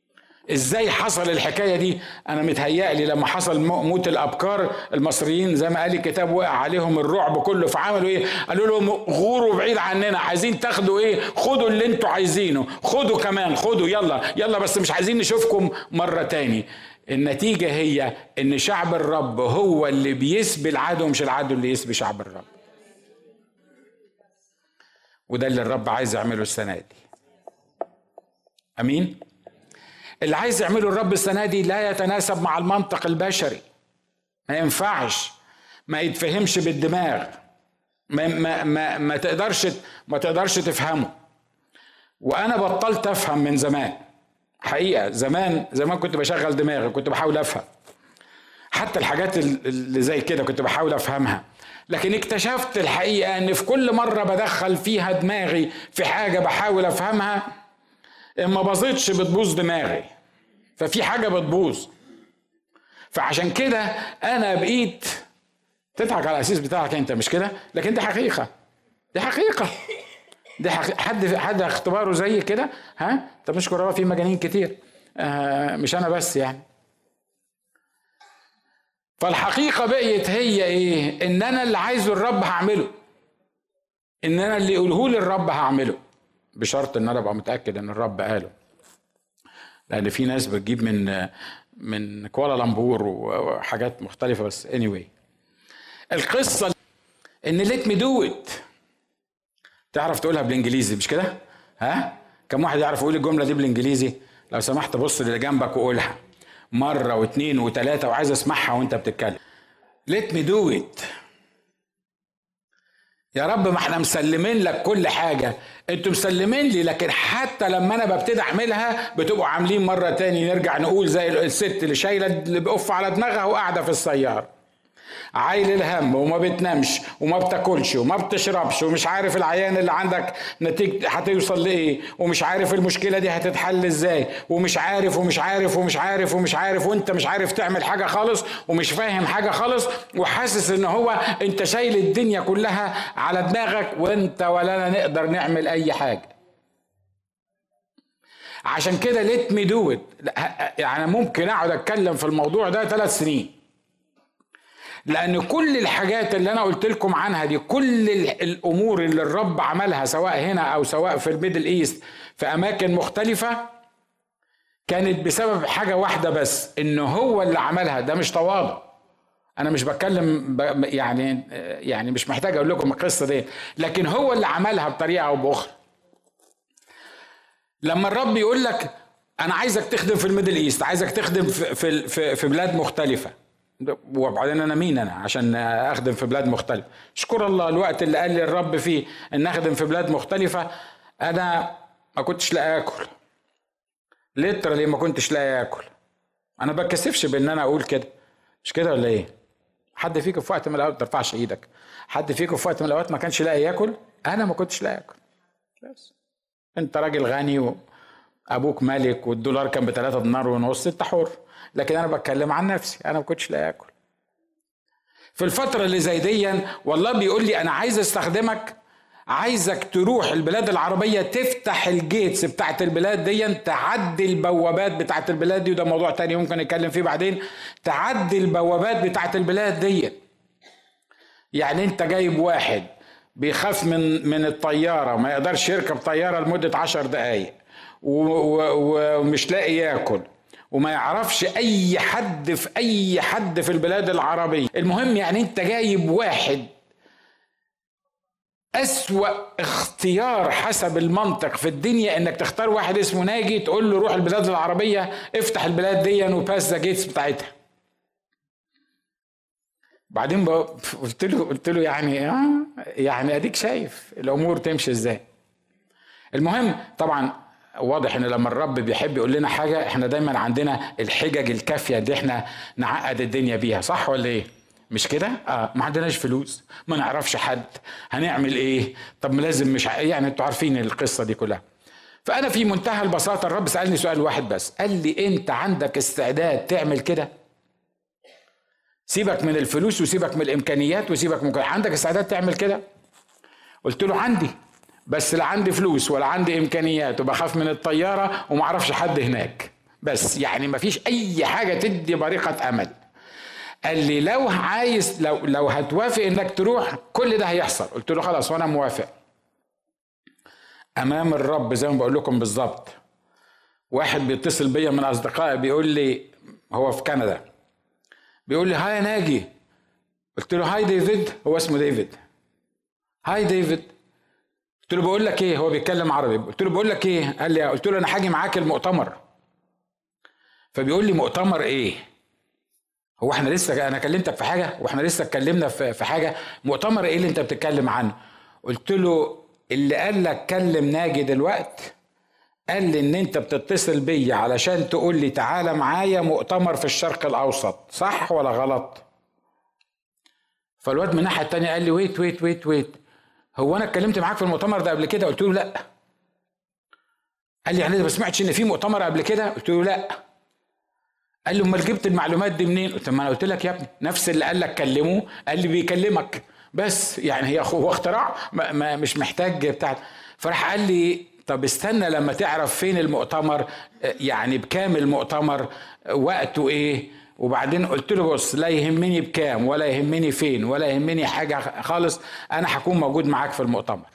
ازاي حصل الحكايه دي؟ انا متهيألي لما حصل موت الابكار المصريين زي ما قال الكتاب وقع عليهم الرعب كله، فعملوا ايه؟ قالوا لهم غوروا بعيد عننا، عايزين تاخدوا ايه؟ خدوا اللي انتوا عايزينه، خدوا كمان، خدوا يلا يلا، بس مش عايزين نشوفكم مره تاني. النتيجه هي ان شعب الرب هو اللي بيسبي العدو، مش العدو اللي يسبي شعب الرب. وده اللي الرب عايز يعمله السنه دي. امين. اللي عايز يعمله الرب السنة دي لا يتناسب مع المنطق البشري، ما ينفعش، ما يتفهمش بالدماغ، ما, ما, ما, ما تقدرش ما تقدرش تفهمه. وانا بطلت افهم من زمان حقيقة. زمان زمان كنت بشغل دماغي، كنت بحاول افهم حتى الحاجات اللي زي كده، كنت بحاول افهمها. لكن اكتشفت الحقيقة ان في كل مرة بدخل فيها دماغي في حاجة بحاول افهمها، اما باظتش بتبوظ دماغي، ففي حاجة بتبوظ. فعشان كده انا بقيت تضحك على الاساس بتاعك انت، مش كده؟ لكن دي حقيقة، دي حقيقة، دي حقيقة. حد حد اختباره زي كده؟ ها؟ طب نشكر الله في مجانين كتير، آه مش انا بس يعني. فالحقيقة بقيت هي ايه؟ ان انا اللي عايزه الرب هعمله، ان انا اللي يقوله لي الرب هعمله، بشرط ان انا ابقى متاكد ان الرب قاله. لان في ناس بتجيب من من كوالالمبور وحاجات مختلفه، بس anyway القصه ان ليت مي دو ات. تعرف تقولها بالانجليزي مش كده؟ ها؟ كم واحد يعرف يقول الجمله دي بالانجليزي؟ لو سمحت بص اللي جنبك وقولها مره واثنين وثلاثه، وعايز اسمعها وانت بتتكلم. ليت مي دو ات. يا رب ما احنا مسلمين لك كل حاجة، انتوا مسلمين لي، لكن حتى لما انا ببتدي اعملها بتبقوا عاملين مرة تاني نرجع نقول زي الست اللي شايلة اللي بقف على دماغها وقاعدة في السيارة عايل الهم وما بتنامش وما بتاكلش وما بتشربش ومش عارف العيان اللي عندك نتيجة هتوصل لايه، ومش عارف المشكلة دي هتتحل ازاي، ومش عارف ومش عارف ومش عارف ومش عارف وانت مش عارف تعمل حاجة خالص ومش فاهم حاجة خالص، وحاسس ان هو انت شايل الدنيا كلها على دماغك وانت ولا نقدر نعمل اي حاجة. عشان كده ليت مي دو ات. يعني ممكن اقعد اتكلم في الموضوع ده ثلاث سنين، لأن كل الحاجات اللي أنا قلت لكم عنها دي، كل الأمور اللي الرب عملها سواء هنا أو سواء في الميدل إيست في أماكن مختلفة، كانت بسبب حاجة واحدة بس، إنه هو اللي عملها. ده مش تواضع، أنا مش بتكلم يعني يعني مش محتاج أقول لكم القصة دي، لكن هو اللي عملها بطريقة أو بأخرى. لما الرب يقول لك أنا عايزك تخدم في الميدل إيست، عايزك تخدم في في في بلاد مختلفة، وبعدين انا مين انا عشان اخدم في بلاد مختلفه؟ اشكر الله الوقت اللي قال لي الرب فيه ان اخدم في بلاد مختلفه انا ما كنتش لاقي اكل، ليترالي ما كنتش لاقي اكل. انا ما بتكسفش بان انا اقول كده، مش كده ولا ايه؟ حد فيكم في وقت من الاوقات، ما ترفعش ايدك، حد فيكم في وقت من الاوقات ما كانش لاقي ياكل؟ انا ما كنتش لاقي اكل. بس انت راجل غني وابوك ملك والدولار كان بثلاثة دينار ونص، انت حر، لكن انا بتكلم عن نفسي، انا ما كنتش لا اكل. في الفتره اللي زي دي والله بيقول لي انا عايز استخدمك، عايزك تروح البلاد العربيه تفتح الجيتس بتاعت البلاد دي، تعدي البوابات بتاعت البلاد دي، وده موضوع تاني ممكن نتكلم فيه بعدين. تعدي البوابات بتاعت البلاد دي. يعني انت جايب واحد بيخاف من من الطياره، ما يقدرش يركب طياره لمده عشر دقائق ومش لاقي ياكل، وما يعرفش اي حد في اي حد في البلاد العربية. المهم يعني انت جايب واحد اسوأ اختيار حسب المنطق في الدنيا، انك تختار واحد اسمه ناجي تقول له روح البلاد العربية افتح البلاد دي وباس ذا جيتس بتاعتها. بعدين قلت له قلت له يعني اه يعني اديك شايف الامور تمشي ازاي. المهم طبعا واضح ان لما الرب بيحب يقول لنا حاجه احنا دايما عندنا الحجج الكافيه دي احنا نعقد الدنيا بيها، صح ولا ايه؟ مش كده؟ اه ما عندناش فلوس، ما نعرفش حد، هنعمل ايه؟ طب ما لازم مش ع... يعني انتوا عارفين القصه دي كلها. فانا في منتهى البساطه الرب سالني سؤال واحد بس، قال لي انت عندك استعداد تعمل كده؟ سيبك من الفلوس وسيبك من الامكانيات وسيبك من، عندك استعداد تعمل كده؟ قلت له عندي، بس لا عندي فلوس ولا عندي امكانيات وبخاف من الطياره وما اعرفش حد هناك، بس يعني ما فيش اي حاجه تدي بريقه امل. قال لي لو عايز، لو لو هتوافق انك تروح كل ده هيحصل. قلت له خلاص وانا موافق. امام الرب زي ما بقول لكم بالظبط، واحد بيتصل بيا من اصدقائي بيقول لي، هو في كندا، بيقول لي هاي ناجي. قلت له هاي ديفيد، هو اسمه ديفيد. هاي ديفيد. قلت له بقول لك ايه، هو بيتكلم عربي. قلت له بقول لك ايه، قال لي، قلت له انا هاجي معاك المؤتمر. فبيقول لي مؤتمر ايه؟ هو احنا لسه، انا كلمتك في حاجه واحنا لسه اتكلمنا في حاجه؟ مؤتمر ايه اللي انت بتتكلم عنه؟ قلت له اللي قال لك كلم ناجي دلوقتي قال لي ان انت بتتصل بيا علشان تقول لي تعالى معايا مؤتمر في الشرق الاوسط، صح ولا غلط؟ فالواد من الناحيه التانيه قال لي ويت ويت ويت ويت هو انا اتكلمت معاك في المؤتمر ده قبل كده؟ قلت له لا. قال لي يعني انت ما سمعتش ان في مؤتمر قبل كده؟ قلت له لا. قال لي امال جبت المعلومات دي منين؟ قلت له ما انا قلت لك يا ابني نفس اللي قال لك كلموه قال لي بيكلمك بس، يعني هي هو اختراع ما ما مش محتاج بتاع. فراح قال لي طب استنى لما تعرف فين المؤتمر، يعني بكام المؤتمر، وقته ايه. وبعدين قلت له بص، لا يهمني بكام ولا يهمني فين ولا يهمني حاجه خالص، انا هكون موجود معاك في المؤتمر.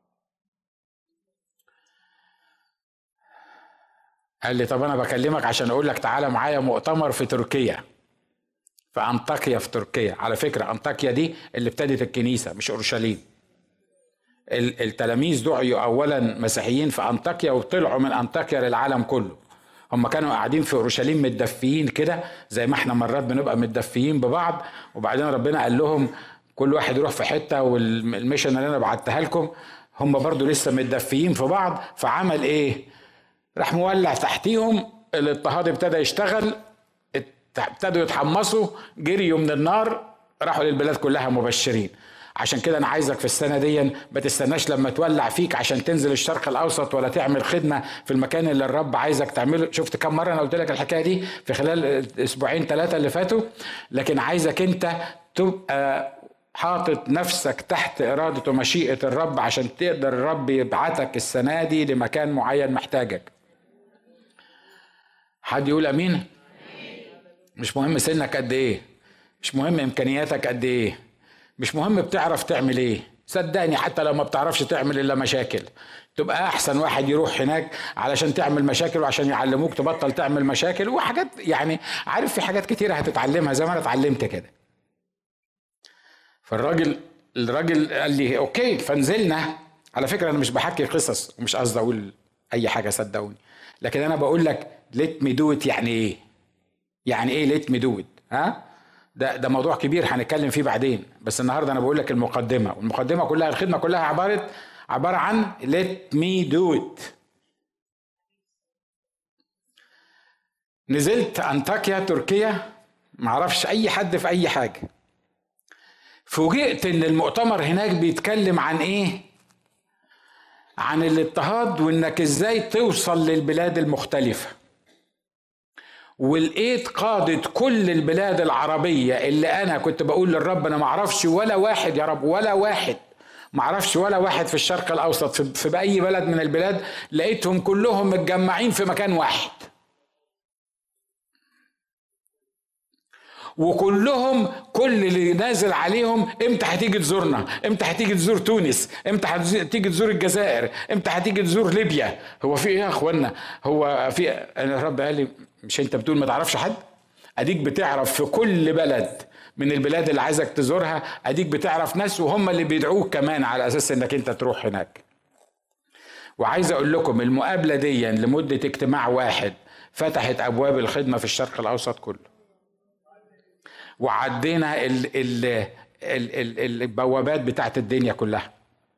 قال لي طب انا بكلمك عشان اقول لك تعالى معايا مؤتمر في تركيا، في انطاكيا في تركيا. على فكره انطاكيا دي اللي ابتدت الكنيسه مش اورشليم. التلاميذ دعوا اولا مسيحيين في انطاكيا وطلعوا من انطاكيا للعالم كله. هم كانوا قاعدين في اورشليم متدفيين كده زي ما احنا مرات بنبقى متدفيين ببعض، وبعدين ربنا قال لهم كل واحد يروح في حته، والميشن اللي انا بعتها لكم هم برضو لسه متدفيين في بعض. فعمل ايه؟ راح مولع تحتيهم، الاضطهاد ابتدى يشتغل، ابتدوا يتحمسوا، جريوا من النار، راحوا للبلاد كلها مبشرين. عشان كده انا عايزك في السنه دي ما تستناش لما تولع فيك عشان تنزل الشرق الاوسط ولا تعمل خدمه في المكان اللي الرب عايزك تعمله. شفت كم مره انا قلت لك الحكايه دي في خلال الاسبوعين ثلاثه اللي فاتوا؟ لكن عايزك انت تبقى حاطط نفسك تحت اراده ومشيئه الرب عشان تقدر الرب يبعتك السنه دي لمكان معين محتاجك. حد يقول امين؟ مش مهم سنك قد ايه، مش مهم امكانياتك قد ايه، مش مهم بتعرف تعمل ايه. صدقني حتى لو ما بتعرفش تعمل الا مشاكل تبقى احسن واحد يروح هناك علشان تعمل مشاكل وعشان يعلموك تبطل تعمل مشاكل وحاجات. يعني عارف في حاجات كتيرة هتتعلمها زي ما انا اتعلمت كده. فالراجل الراجل قال لي اوكي، فنزلنا. على فكرة انا مش بحكي قصص ومش قصدي اقول اي حاجة صدقوني، لكن انا بقول لك let me do it. يعني ايه؟ يعني ايه let me do it؟ ها؟ ده ده موضوع كبير هنتكلم فيه بعدين، بس النهارده انا بقول لك المقدمه، والمقدمه كلها الخدمه كلها عباره عباره عن let me do it. نزلت انطاكيا تركيا، معرفش اي حد في اي حاجه. فوجئت ان المؤتمر هناك بيتكلم عن ايه؟ عن الاضطهاد وانك ازاي توصل للبلاد المختلفه. ولقيت قادة كل البلاد العربية اللي أنا كنت بقول للرب أنا معرفش ولا واحد يا رب، ولا واحد، معرفش ولا واحد في الشرق الأوسط في, في بأي بلد من البلاد، لقيتهم كلهم متجمعين في مكان واحد، وكلهم كل اللي نازل عليهم امتى هتيجي تزورنا، امتى هتيجي تزور تونس، امتى هتيجي تزور الجزائر، امتى هتيجي تزور ليبيا. هو في ايه يا اخوانا؟ هو في انا الرب قال لي مش انت بتقول ما تعرفش حد؟ اديك بتعرف في كل بلد من البلاد اللي عايزك تزورها، اديك بتعرف ناس وهم اللي بيدعوك كمان على اساس انك انت تروح هناك. وعايز اقول لكم المقابله دي لمده اجتماع واحد فتحت ابواب الخدمه في الشرق الاوسط كله، وعدينا ال ال ال البوابات بتاعت الدنيا كلها.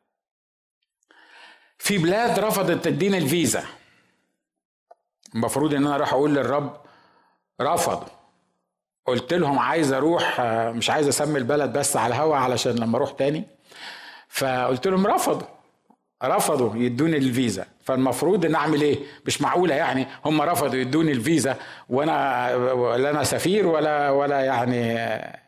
في بلاد رفضت تدينا الفيزا، المفروض ان انا راح اقول للرب رفضوا. قلت لهم عايز اروح، مش عايز اسمي البلد بس على الهوا علشان لما اروح تاني. فقلت لهم رفضوا رفضوا يدوني الفيزا. فالمفروض ان اعمل ايه؟ مش معقوله يعني هم رفضوا يدوني الفيزا وانا ولا انا سفير ولا ولا يعني.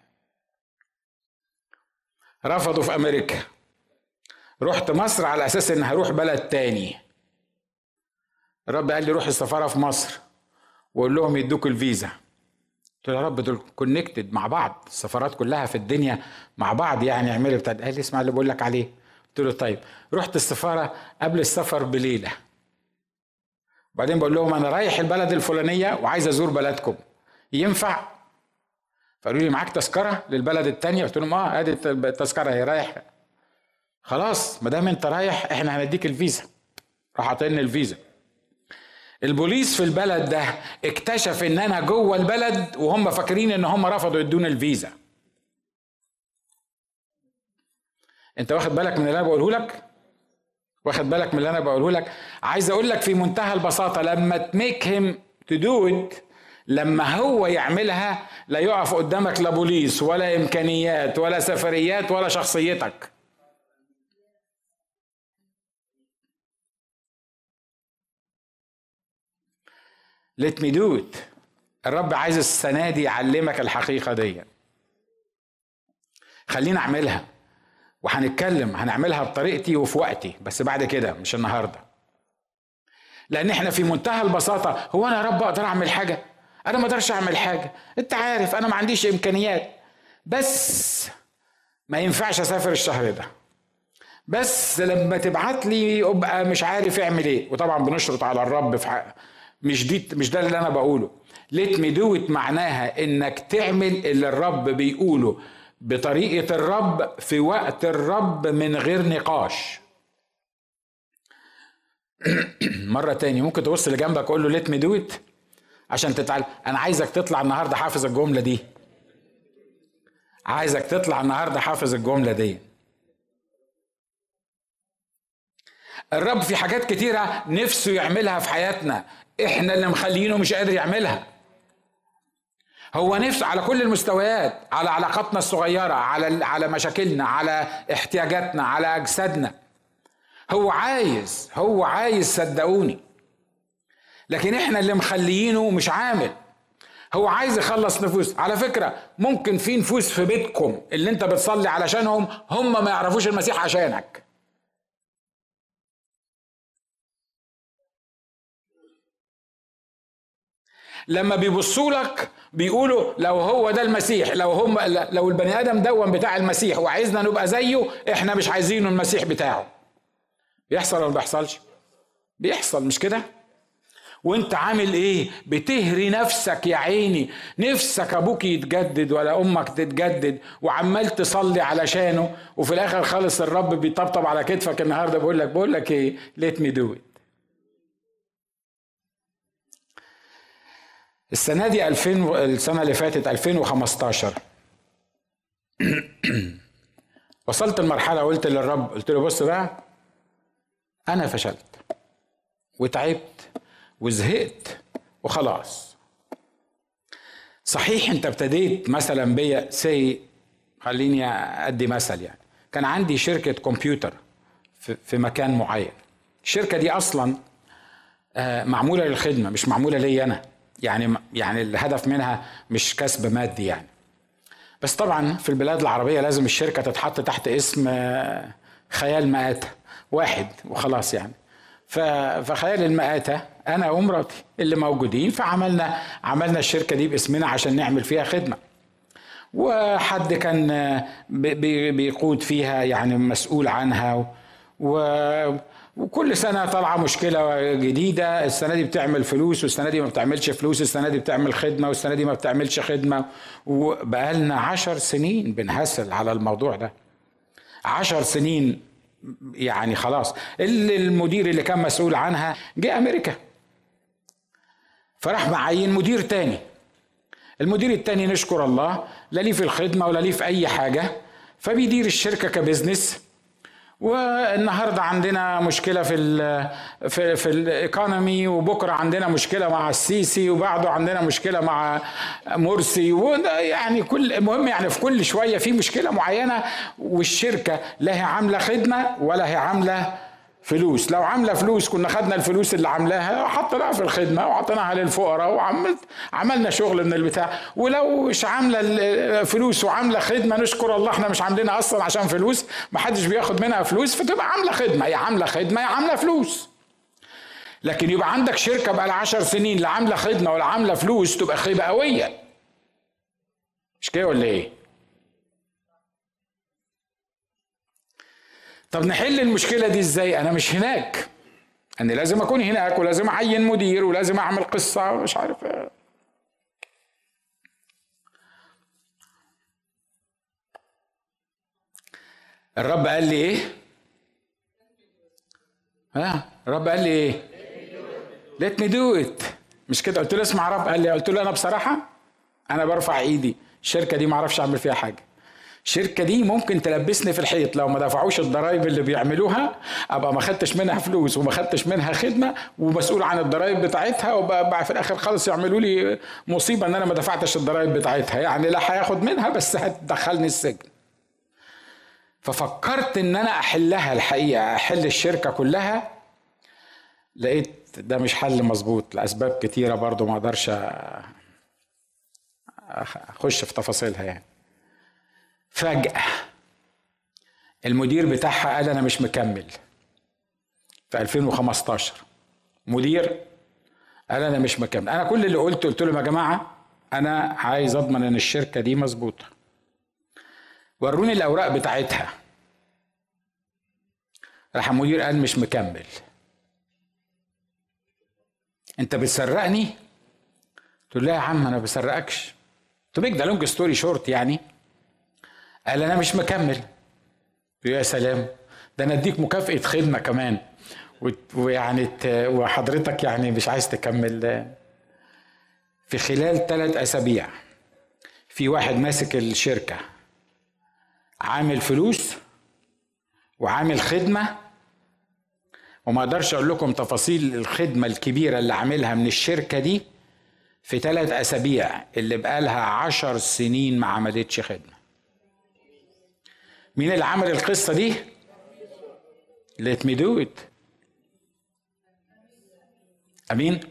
رفضوا في امريكا، رحت مصر على اساس ان هروح بلد تاني. الرب قال لي روح السفاره في مصر، واقول لهم يدوك الفيزا. قلت له يا رب دول كونكتد مع بعض، السفارات كلها في الدنيا مع بعض يعني يعملوا بتاع. قال لي اسمع اللي بقول لك عليه. قلت له طيب. رحت السفاره قبل السفر بليله، بعدين بقول لهم انا رايح البلد الفلانيه وعايز ازور بلدكم، ينفع؟ فقالوا لي معاك تذكره للبلد الثانيه؟ قلت لهم اه ادي التذكره هي رايح. خلاص ما دام انت رايح احنا هنديك الفيزا. راح عطيني الفيزا. البوليس في البلد ده اكتشف ان انا جوه البلد وهم فاكرين ان هم رفضوا يدون الفيزا. انت واخد بالك من اللي انا بقوله لك؟ واخد بالك من اللي انا بقوله لك؟ عايز اقول لك في منتهى البساطه، لما تميك هيم تو دو ات، لما هو يعملها لا يقف قدامك لا بوليس ولا امكانيات ولا سفريات ولا شخصيتك. let me do it. الرب عايز السنة دي يعلمك الحقيقة دي. خلينا اعملها، وهنتكلم هنعملها بطريقتي وفي وقتي، بس بعد كده مش النهاردة. لان احنا في منتهى البساطة، هو انا يا رب اقدر اعمل حاجة؟ انا ما اقدرش اعمل حاجة، انت عارف انا ما عنديش امكانيات، بس ما ينفعش اسافر الشهر ده، بس لما تبعت لي ابقى مش عارف اعمل ايه. وطبعا بنشرط على الرب في حق. مش دي مش ده اللي انا بقوله. let me do it معناها انك تعمل اللي الرب بيقوله بطريقة الرب في وقت الرب من غير نقاش. مرة تاني ممكن تبص اللي جنبك قول له let me do it عشان تتعلم. انا عايزك تطلع النهاردة حافظ الجملة دي، عايزك تطلع النهاردة حافظ الجملة دي. الرب في حاجات كتيرة نفسه يعملها في حياتنا، احنا اللي مخلينه مش قادر يعملها. هو نفسه على كل المستويات، على علاقاتنا الصغيرة، على على مشاكلنا، على احتياجاتنا، على اجسادنا. هو عايز هو عايز صدقوني، لكن احنا اللي مخليينه مش عامل. هو عايز يخلص نفوس. على فكرة ممكن في نفوس في بيتكم اللي انت بتصلي علشانهم هم ما يعرفوش المسيح عشانك. لما بيبصوا لك بيقولوا لو هو ده المسيح، لو هم لو البني ادم دون بتاع المسيح وعايزنا نبقى زيه، احنا مش عايزينه المسيح بتاعه. بيحصل ولا ما بيحصلش؟ بيحصل مش كده؟ وانت عامل ايه؟ بتهري نفسك يا عيني، نفسك ابوك يتجدد ولا امك تتجدد وعمال تصلي علشانه، وفي الاخر خالص الرب بيطبطب على كتفك النهارده بيقول لك بقول لك ايه؟ let me do it. السنة دي ألفين، السنة اللي فاتت ألفين وخمستاشر وصلت المرحلة قلت للرب، قلت له بص بقى أنا فشلت وتعبت وزهقت وخلاص. صحيح أنت ابتديت مثلا بيا سي، خليني أدي مثل، يعني كان عندي شركة كمبيوتر في مكان معين. الشركة دي أصلا معمولة للخدمة مش معمولة لي أنا، يعني يعني الهدف منها مش كسب مادي يعني. بس طبعا في البلاد العربية لازم الشركة تتحط تحت اسم خيال مآتة واحد وخلاص يعني. فخيال المآتة أنا ومراتي اللي موجودين، فعملنا عملنا الشركة دي باسمنا عشان نعمل فيها خدمة، وحد كان بيقود فيها يعني مسؤول عنها، و وكل سنة طالعة مشكلة جديدة. السنة دي بتعمل فلوس والسنة دي ما بتعملش فلوس، السنة دي بتعمل خدمة والسنة دي ما بتعملش خدمة. وبقالنا عشر سنين بنحصل على الموضوع ده، عشر سنين يعني. خلاص اللي المدير اللي كان مسؤول عنها جه أمريكا، فراح معين مدير تاني. المدير التاني نشكر الله لا ليه في الخدمة ولا ليه في أي حاجة، فبيدير الشركة كبزنس. والنهارده عندنا مشكله في ال في في الايكونومي، وبكره عندنا مشكله مع السيسي، وبعده عندنا مشكله مع مرسي، ويعني كل المهم يعني في كل شويه في مشكله معينه، والشركه لا هي عامله خدمه ولا هي عامله فلوس. لو عامله فلوس كنا خدنا الفلوس اللي عاملاها وحطيناها في الخدمه وعطيناها للفقراء وعملت عملنا شغل من البتاع. ولو مش عامله فلوس وعامله خدمه نشكر الله، احنا مش عاملينها اصلا عشان فلوس، ما حدش بياخد منها فلوس، فتبقى عامله خدمه. يا عامله خدمه يا عامله فلوس. لكن يبقى عندك شركه بقى لها عشر سنين لا عامله خدمه ولا عامله فلوس، تبقى خيبه قويه. مش كده ولا ايه؟ طب نحل المشكله دي ازاي؟ انا مش هناك، انا لازم اكون هناك ولازم اعين مدير ولازم اعمل قصه مش عارف ايه. الرب قال لي ايه؟ ها الرب قال لي ايه؟ let me do it. مش كده؟ قلت له اسمع رب قال لي، قلت له انا بصراحه انا برفع ايدي، الشركه دي ما اعرفش اعمل فيها حاجه. الشركه دي ممكن تلبسني في الحيط لو ما دفعوش الضرايب اللي بيعملوها، ابقى ما خدتش منها فلوس وما خدتش منها خدمه ومسؤول عن الضرايب بتاعتها، وبقى في الاخر خالص يعملوا لي مصيبه ان انا ما دفعتش الضرايب بتاعتها، يعني لا هياخد منها بس هتدخلني السجن. ففكرت ان انا احلها، الحقيقه احل الشركه كلها. لقيت ده مش حل مظبوط لاسباب كتيره برضو ما اقدرش اخش في تفاصيلها يعني. فجأة المدير بتاعها قال انا مش مكمل. في ألفين وخمستاشر مدير قال انا مش مكمل. انا كل اللي قلته قلت لهم يا جماعه انا عايز اضمن ان الشركه دي مظبوطه، وروني الاوراق بتاعتها. راح المدير قال مش مكمل. انت بتسرقني؟ قلت له لا يا عم انا بسرقكش. تو ميك ذا لونج ستوري شورت يعني، قال انا مش مكمل. يا سلام، ده انا اديك مكافأة خدمة كمان ويعني وحضرتك يعني مش عايز تكمل. في خلال ثلاث اسابيع في واحد ماسك الشركة عامل فلوس وعامل خدمة، وما اقدرش اقول لكم تفاصيل الخدمة الكبيرة اللي عاملها من الشركة دي في ثلاث اسابيع اللي بقالها عشر سنين ما عملتش خدمة. مين اللي عمل القصة دي؟ let me do it. امين.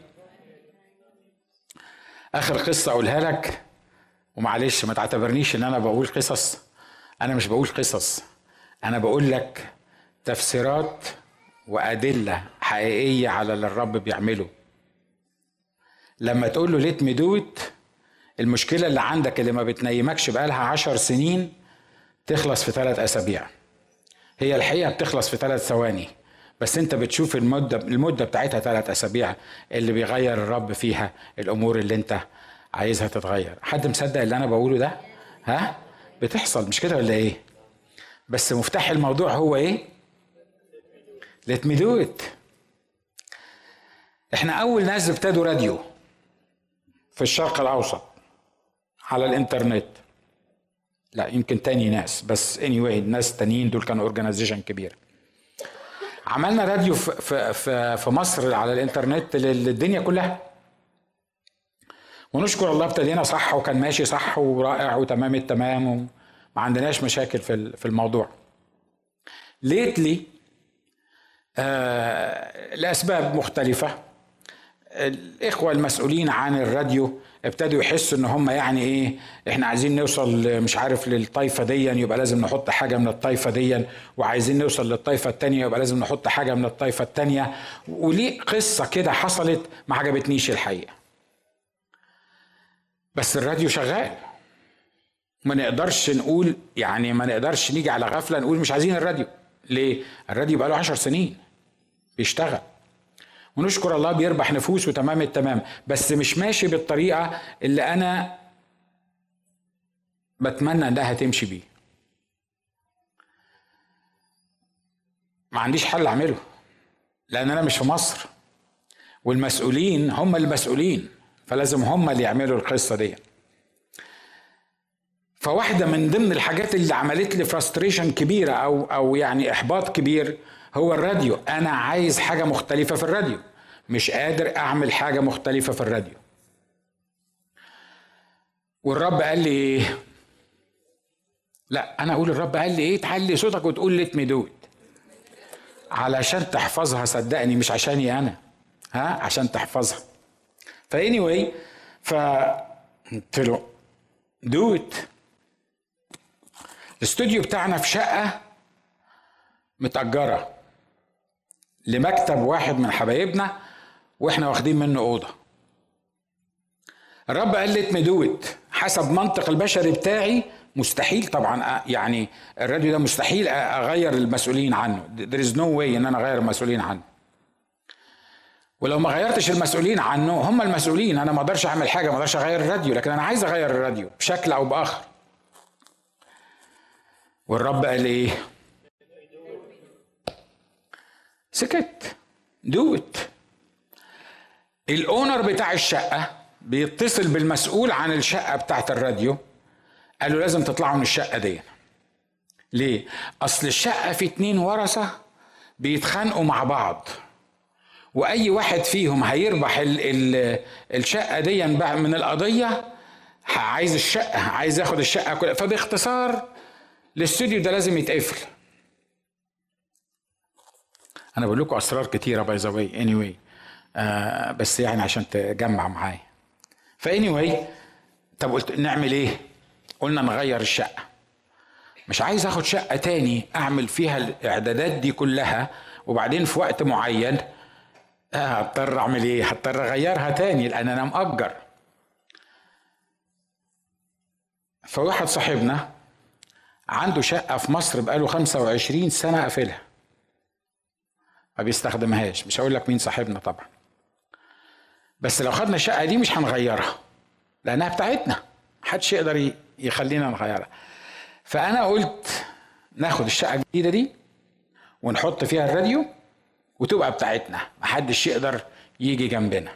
اخر قصة اقولها لك، ومعلش ما تعتبرنيش ان انا بقول قصص، انا مش بقول قصص، انا بقول لك تفسيرات وادلة حقيقية على اللي الرب بيعمله. لما تقول له let me do it، المشكلة اللي عندك اللي ما بتنيمكش بقالها عشر سنين تخلص في ثلاث اسابيع. هي الحقيقة بتخلص في ثلاث ثواني، بس انت بتشوف المدة المدة بتاعتها ثلاث اسابيع اللي بيغير الرب فيها الامور اللي انت عايزها تتغير. حد مصدق اللي انا بقوله ده؟ ها بتحصل مش كده ولا ايه؟ بس مفتاح الموضوع هو ايه؟ let me do it. احنا اول ناس ابتدوا راديو في الشرق الاوسط على الانترنت. لا يمكن تاني ناس، بس anyway الناس تانيين دول كانوا اورجانيزيشن كبير. عملنا راديو في في في مصر على الانترنت للدنيا كلها، ونشكر الله ابتدينا صح وكان ماشي صح ورائع وتمام التمام وما عندناش مشاكل في في الموضوع. ليتلي آه لاسباب مختلفه الاخوه المسؤولين عن الراديو ابتدوا يحسوا ان هم يعني ايه، احنا عايزين نوصل مش عارف للطائفه دي يبقى لازم نحط حاجه من الطائفه دي، وعايزين نوصل للطائفه الثانيه يبقى لازم نحط حاجه من الطائفه الثانيه. وليه قصه كده حصلت ما عجبتنيش الحقيقه. بس الراديو شغال، ما نقدرش نقول يعني ما نقدرش نيجي على غفله نقول مش عايزين الراديو. ليه؟ الراديو بقى له عشر سنين بيشتغل، ونشكر الله بيربح نفوس وتمام التمام، بس مش ماشي بالطريقة اللي أنا بتمنى أنها تمشي بيه. ما عنديش حل أعمله لأن أنا مش في مصر، والمسؤولين هم المسؤولين، فلازم هم اللي يعملوا القصة دي. فواحدة من ضمن الحاجات اللي عملت لي فرستريشن كبيرة أو أو يعني إحباط كبير هو الراديو. أنا عايز حاجة مختلفة في الراديو، مش قادر أعمل حاجة مختلفة في الراديو. والرب قال لي إيه؟ لا أنا أقول الرب قال لي إيه؟ تعلي صوتك وتقول ليت مي دو إت علشان تحفظها، صدقني مش عشاني أنا، ها عشان تحفظها. فاني واي فقلت له دو إت. الاستوديو بتاعنا في شقة متأجرة لمكتب واحد من حبايبنا، واحنا واخدين منه اوضه. الرب قال لي تمدوت حسب منطق البشري بتاعي مستحيل طبعا، يعني الراديو ده مستحيل اغير المسؤولين عنه. there is no way ان انا اغير المسؤولين عنه، ولو ما غيرتش المسؤولين عنه هم المسؤولين، انا ما اقدرش اعمل حاجه، ما اقدرش اغير الراديو، لكن انا عايز اغير الراديو بشكل او باخر. والرب قال ايه؟ سكت. دوت. الاونر بتاع الشقه بيتصل بالمسؤول عن الشقه بتاعت الراديو، قال له لازم تطلعوا من الشقه دي. ليه؟ اصل الشقه في اتنين ورثه بيتخانقوا مع بعض، واي واحد فيهم هيربح ال ال الشقه دي من القضيه عايز الشقه، عايز ياخد الشقه كلها. فباختصار الاستوديو ده لازم يتقفل. انا بقول لكم اسرار كتيره باي ذا واي اني واي، بس يعني عشان تجمع معايا. فاني واي طب قلت نعمل ايه؟ قلنا نغير الشقه. مش عايز اخد شقه تاني اعمل فيها الاعدادات دي كلها وبعدين في وقت معين هضطر اعمل ايه؟ هضطر اغيرها تاني لان انا مأجر. فواحد صاحبنا عنده شقه في مصر بقاله خمسة وعشرين سنه قافلها ما بيستخدمهاش. مش هقول لك مين صاحبنا طبعا، بس لو خدنا الشقه دي مش هنغيرها لانها بتاعتنا، محدش يقدر يخلينا نغيرها. فانا قلت ناخد الشقه الجديده دي ونحط فيها الراديو وتبقى بتاعتنا، محدش يقدر يجي جنبنا.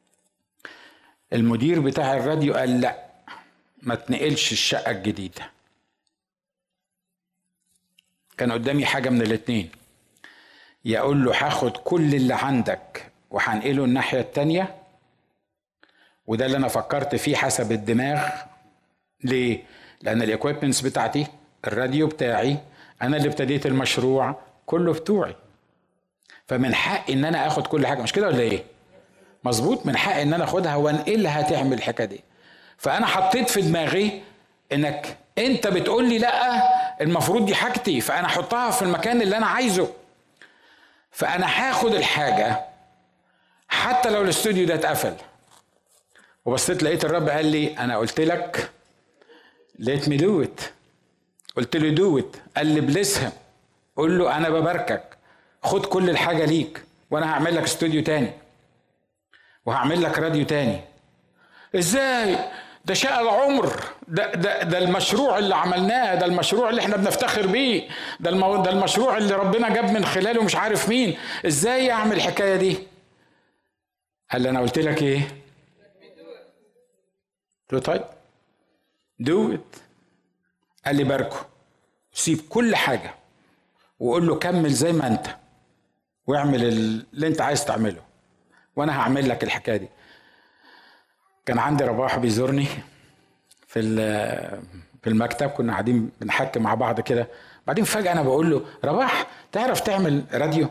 المدير بتاع الراديو قال لا ما تنقلش الشقه الجديده. كان قدامي حاجه من الاتنين، يقول له هاخد كل اللي عندك وهنقله الناحيه التانيه، وده اللي انا فكرت فيه حسب الدماغ. ليه؟ لان الايكويبمنتس بتاعتي، الراديو بتاعي، انا اللي ابتديت المشروع كله بتوعي، فمن حقي ان انا اخد كل حاجه. مش كده ولا ايه؟ مظبوط، من حقي ان انا اخدها وانقلها تعمل الحكايه دي. فانا حطيت في دماغي انك انت بتقول لي لا المفروض دي حاجتي، فانا احطها في المكان اللي انا عايزه. فانا هاخد الحاجه حتى لو الاستوديو ده اتقفل. وبصيت لقيت الرب قال لي انا قلت لك let me do it. قلت له do it. قال لي بلسها، قول له انا بباركك، خد كل الحاجه ليك وانا هعمل لك استوديو تاني وهعمل لك راديو تاني. ازاي؟ ده شقة العمر، ده ده ده المشروع اللي عملناه، ده المشروع اللي احنا بنفتخر بيه، ده المو... ده المشروع اللي ربنا جاب من خلاله مش عارف مين. ازاي اعمل الحكايه دي؟ قال لي انا قلت لك ايه؟ قلت له طيب do it. قال لي باركه، سيب كل حاجه وقول له كمل زي ما انت واعمل اللي انت عايز تعمله وانا هعمل لك الحكايه دي. كان عندي رباح بيزورني في في المكتب، كنا قاعدين بنحكي مع بعض كده، بعدين فجاه انا بقول له رباح تعرف تعمل راديو؟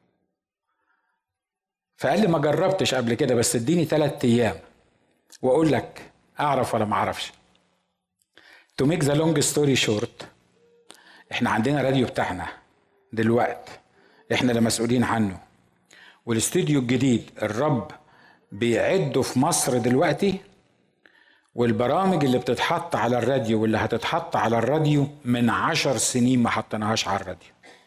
فقال لي ما جربتش قبل كده بس اديني ثلاث ايام واقول لك اعرف ولا ما اعرفش. to make the long story short، احنا عندنا راديو بتاعنا دلوقتي احنا اللي مسؤولين عنه، والاستوديو الجديد الرب بيعدوا في مصر دلوقتي، والبرامج اللي بتتحط على الراديو واللي هتتحط على الراديو من عشر سنين ما حطناهاش على الراديو.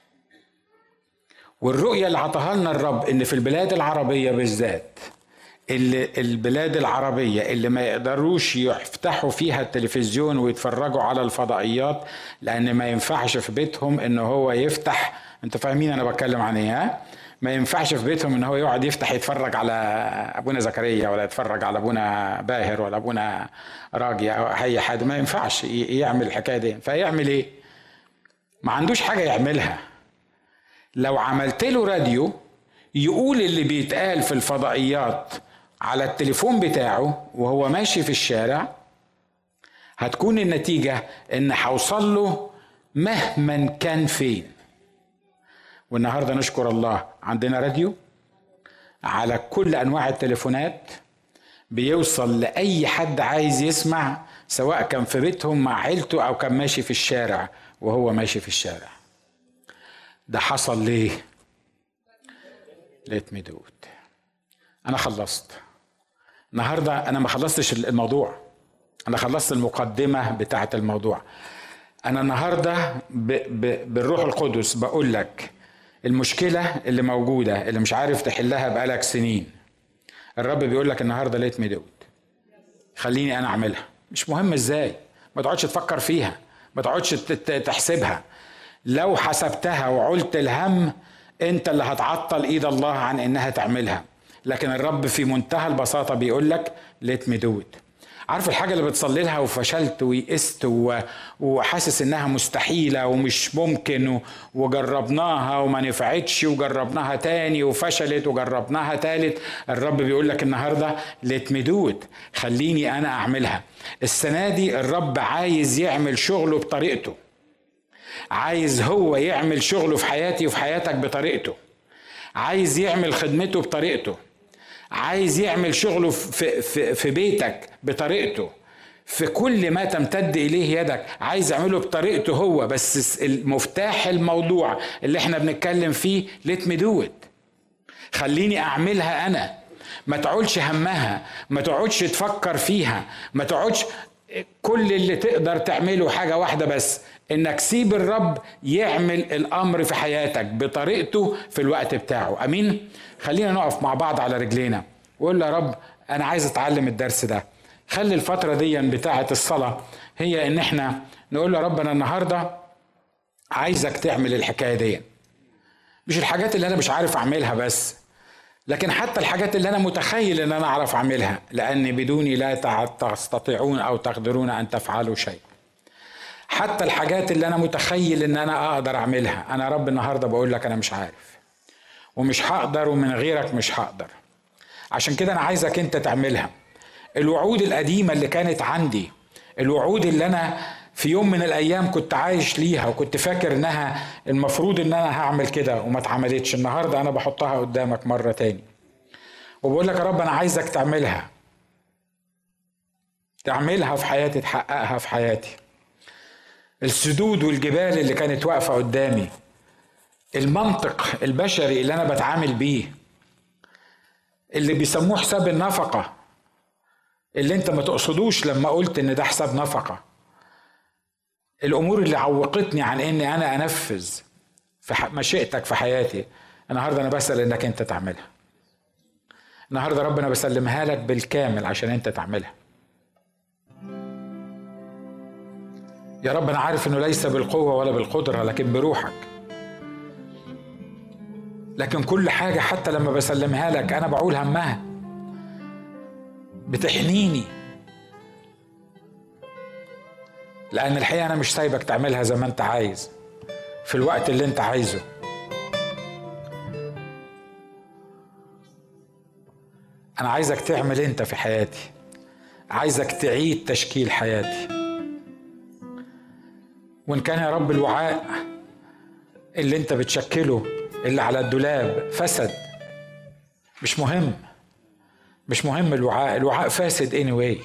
والرؤية اللي عطاها لنا الرب ان في البلاد العربية بالذات، اللي البلاد العربية اللي ما يقدروش يفتحوا فيها التلفزيون ويتفرجوا على الفضائيات لان ما ينفعش في بيتهم ان هو يفتح، انتوا فاهمين انا بتكلم عن ايه؟ ها؟ ما ينفعش في بيتهم ان هو يقعد يفتح يتفرج على ابونا زكريا ولا يتفرج على ابونا باهر ولا ابونا راجي او اي حد، ما ينفعش يعمل الحكايه دي. فيعمل ايه؟ ما عندوش حاجه يعملها. لو عملت له راديو يقول اللي بيتقال في الفضائيات على التليفون بتاعه وهو ماشي في الشارع، هتكون النتيجه ان هوصل له مهما كان فين. والنهارده نشكر الله عندنا راديو على كل انواع التليفونات، بيوصل لاي حد عايز يسمع، سواء كان في بيتهم مع عيلته او كان ماشي في الشارع وهو ماشي في الشارع. ده حصل ليه؟ let me do it. انا خلصت النهارده. انا ما خلصتش الموضوع، انا خلصت المقدمه بتاعه الموضوع. انا النهارده ب... ب... بالروح القدس بقول لك المشكله اللي موجوده اللي مش عارف تحلها بقالك سنين، الرب بيقول لك النهارده ليت مي دو ات، خليني انا اعملها. مش مهم ازاي، ما تقعدش تفكر فيها، ما تقعدش تحسبها. لو حسبتها وعلت الهم انت اللي هتعطل ايد الله عن انها تعملها. لكن الرب في منتهى البساطه بيقول لك ليت مي دو ات. عارف الحاجه اللي بتصلي لها وفشلت ويئست وحاسس انها مستحيله ومش ممكن، وجربناها وما نفعتش وجربناها تاني وفشلت وجربناها تالت، الرب بيقول لك النهارده ليت مي دو ات، خليني انا اعملها. السنه دي الرب عايز يعمل شغله بطريقته، عايز هو يعمل شغله في حياتي وفي حياتك بطريقته، عايز يعمل خدمته بطريقته، عايز يعمل شغله في, في, في بيتك بطريقته، في كل ما تمتد إليه يدك عايز يعمله بطريقته هو. بس المفتاح الموضوع اللي احنا بنتكلم فيه let me do it، خليني أعملها أنا. ما تقعدش همها، ما تقعدش تفكر فيها، ما تقعدش. كل اللي تقدر تعمله حاجة واحدة بس، انك سيب الرب يعمل الامر في حياتك بطريقته في الوقت بتاعه. امين. خلينا نقف مع بعض على رجلينا وقول يا رب انا عايز اتعلم الدرس ده. خلي الفترة دي بتاعة الصلاة هي ان احنا نقول يا رب انا النهاردة عايزك تعمل الحكاية دي، مش الحاجات اللي انا مش عارف اعملها بس، لكن حتى الحاجات اللي انا متخيل ان انا اعرف اعملها، لان بدوني لا تستطيعون او تقدرون ان تفعلوا شيء. حتى الحاجات اللي انا متخيل ان انا اقدر اعملها، انا رب النهارده بقول لك انا مش عارف ومش هقدر، ومن غيرك مش هقدر. عشان كده انا عايزك انت تعملها. الوعود القديمه اللي كانت عندي، الوعود اللي انا في يوم من الايام كنت عايش ليها وكنت فاكر انها المفروض ان انا هعمل كده وما اتعملتش، النهارده انا بحطها قدامك مره تاني وبقول لك يا رب انا عايزك تعملها، تعملها في حياتي، تحققها في حياتي. السدود والجبال اللي كانت واقفة قدامي، المنطق البشري اللي أنا بتعامل بيه، اللي بيسموه حساب النفقة، اللي أنت ما تقصدوش لما قلت إن ده حساب نفقة، الأمور اللي عوقتني عن إني أنا أنفذ في مشيئتك في حياتي، النهاردة أنا بسأل إنك أنت تعملها. النهاردة ربنا بسلمها لك بالكامل عشان أنت تعملها. يا رب أنا عارف إنه ليس بالقوة ولا بالقدرة لكن بروحك. لكن كل حاجة حتى لما بسلمها لك أنا بعول همها، بتحنيني، لأن الحقيقة أنا مش سايبك تعملها زي ما أنت عايز في الوقت اللي أنت عايزه. أنا عايزك تعمل أنت في حياتي، عايزك تعيد تشكيل حياتي. وإن كان يا رب الوعاء اللي أنت بتشكله اللي على الدولاب فسد، مش مهم، مش مهم الوعاء، الوعاء فاسد anyway،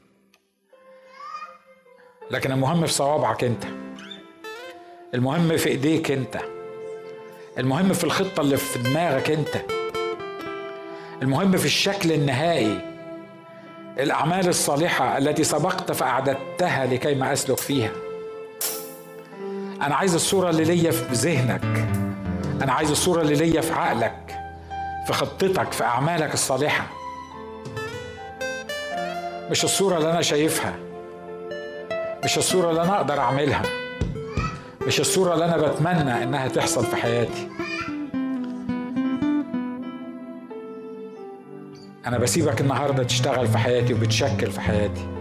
لكن المهم في صوابعك أنت، المهم في إيديك أنت، المهم في الخطة اللي في دماغك أنت، المهم في الشكل النهائي، الأعمال الصالحة التي سبقت فأعددتها لكي ما أسلك فيها. أنا عايز الصورة اللي ليا في ذهنك، أنا عايز الصورة اللي ليا في عقلك، في خطتك، في أعمالك الصالحة، مش الصورة اللي أنا شايفها، مش الصورة اللي أنا أقدر أعملها، مش الصورة اللي أنا بتمنى إنها تحصل في حياتي. أنا بسيبك النهاردة تشتغل في حياتي وبتشكل في حياتي.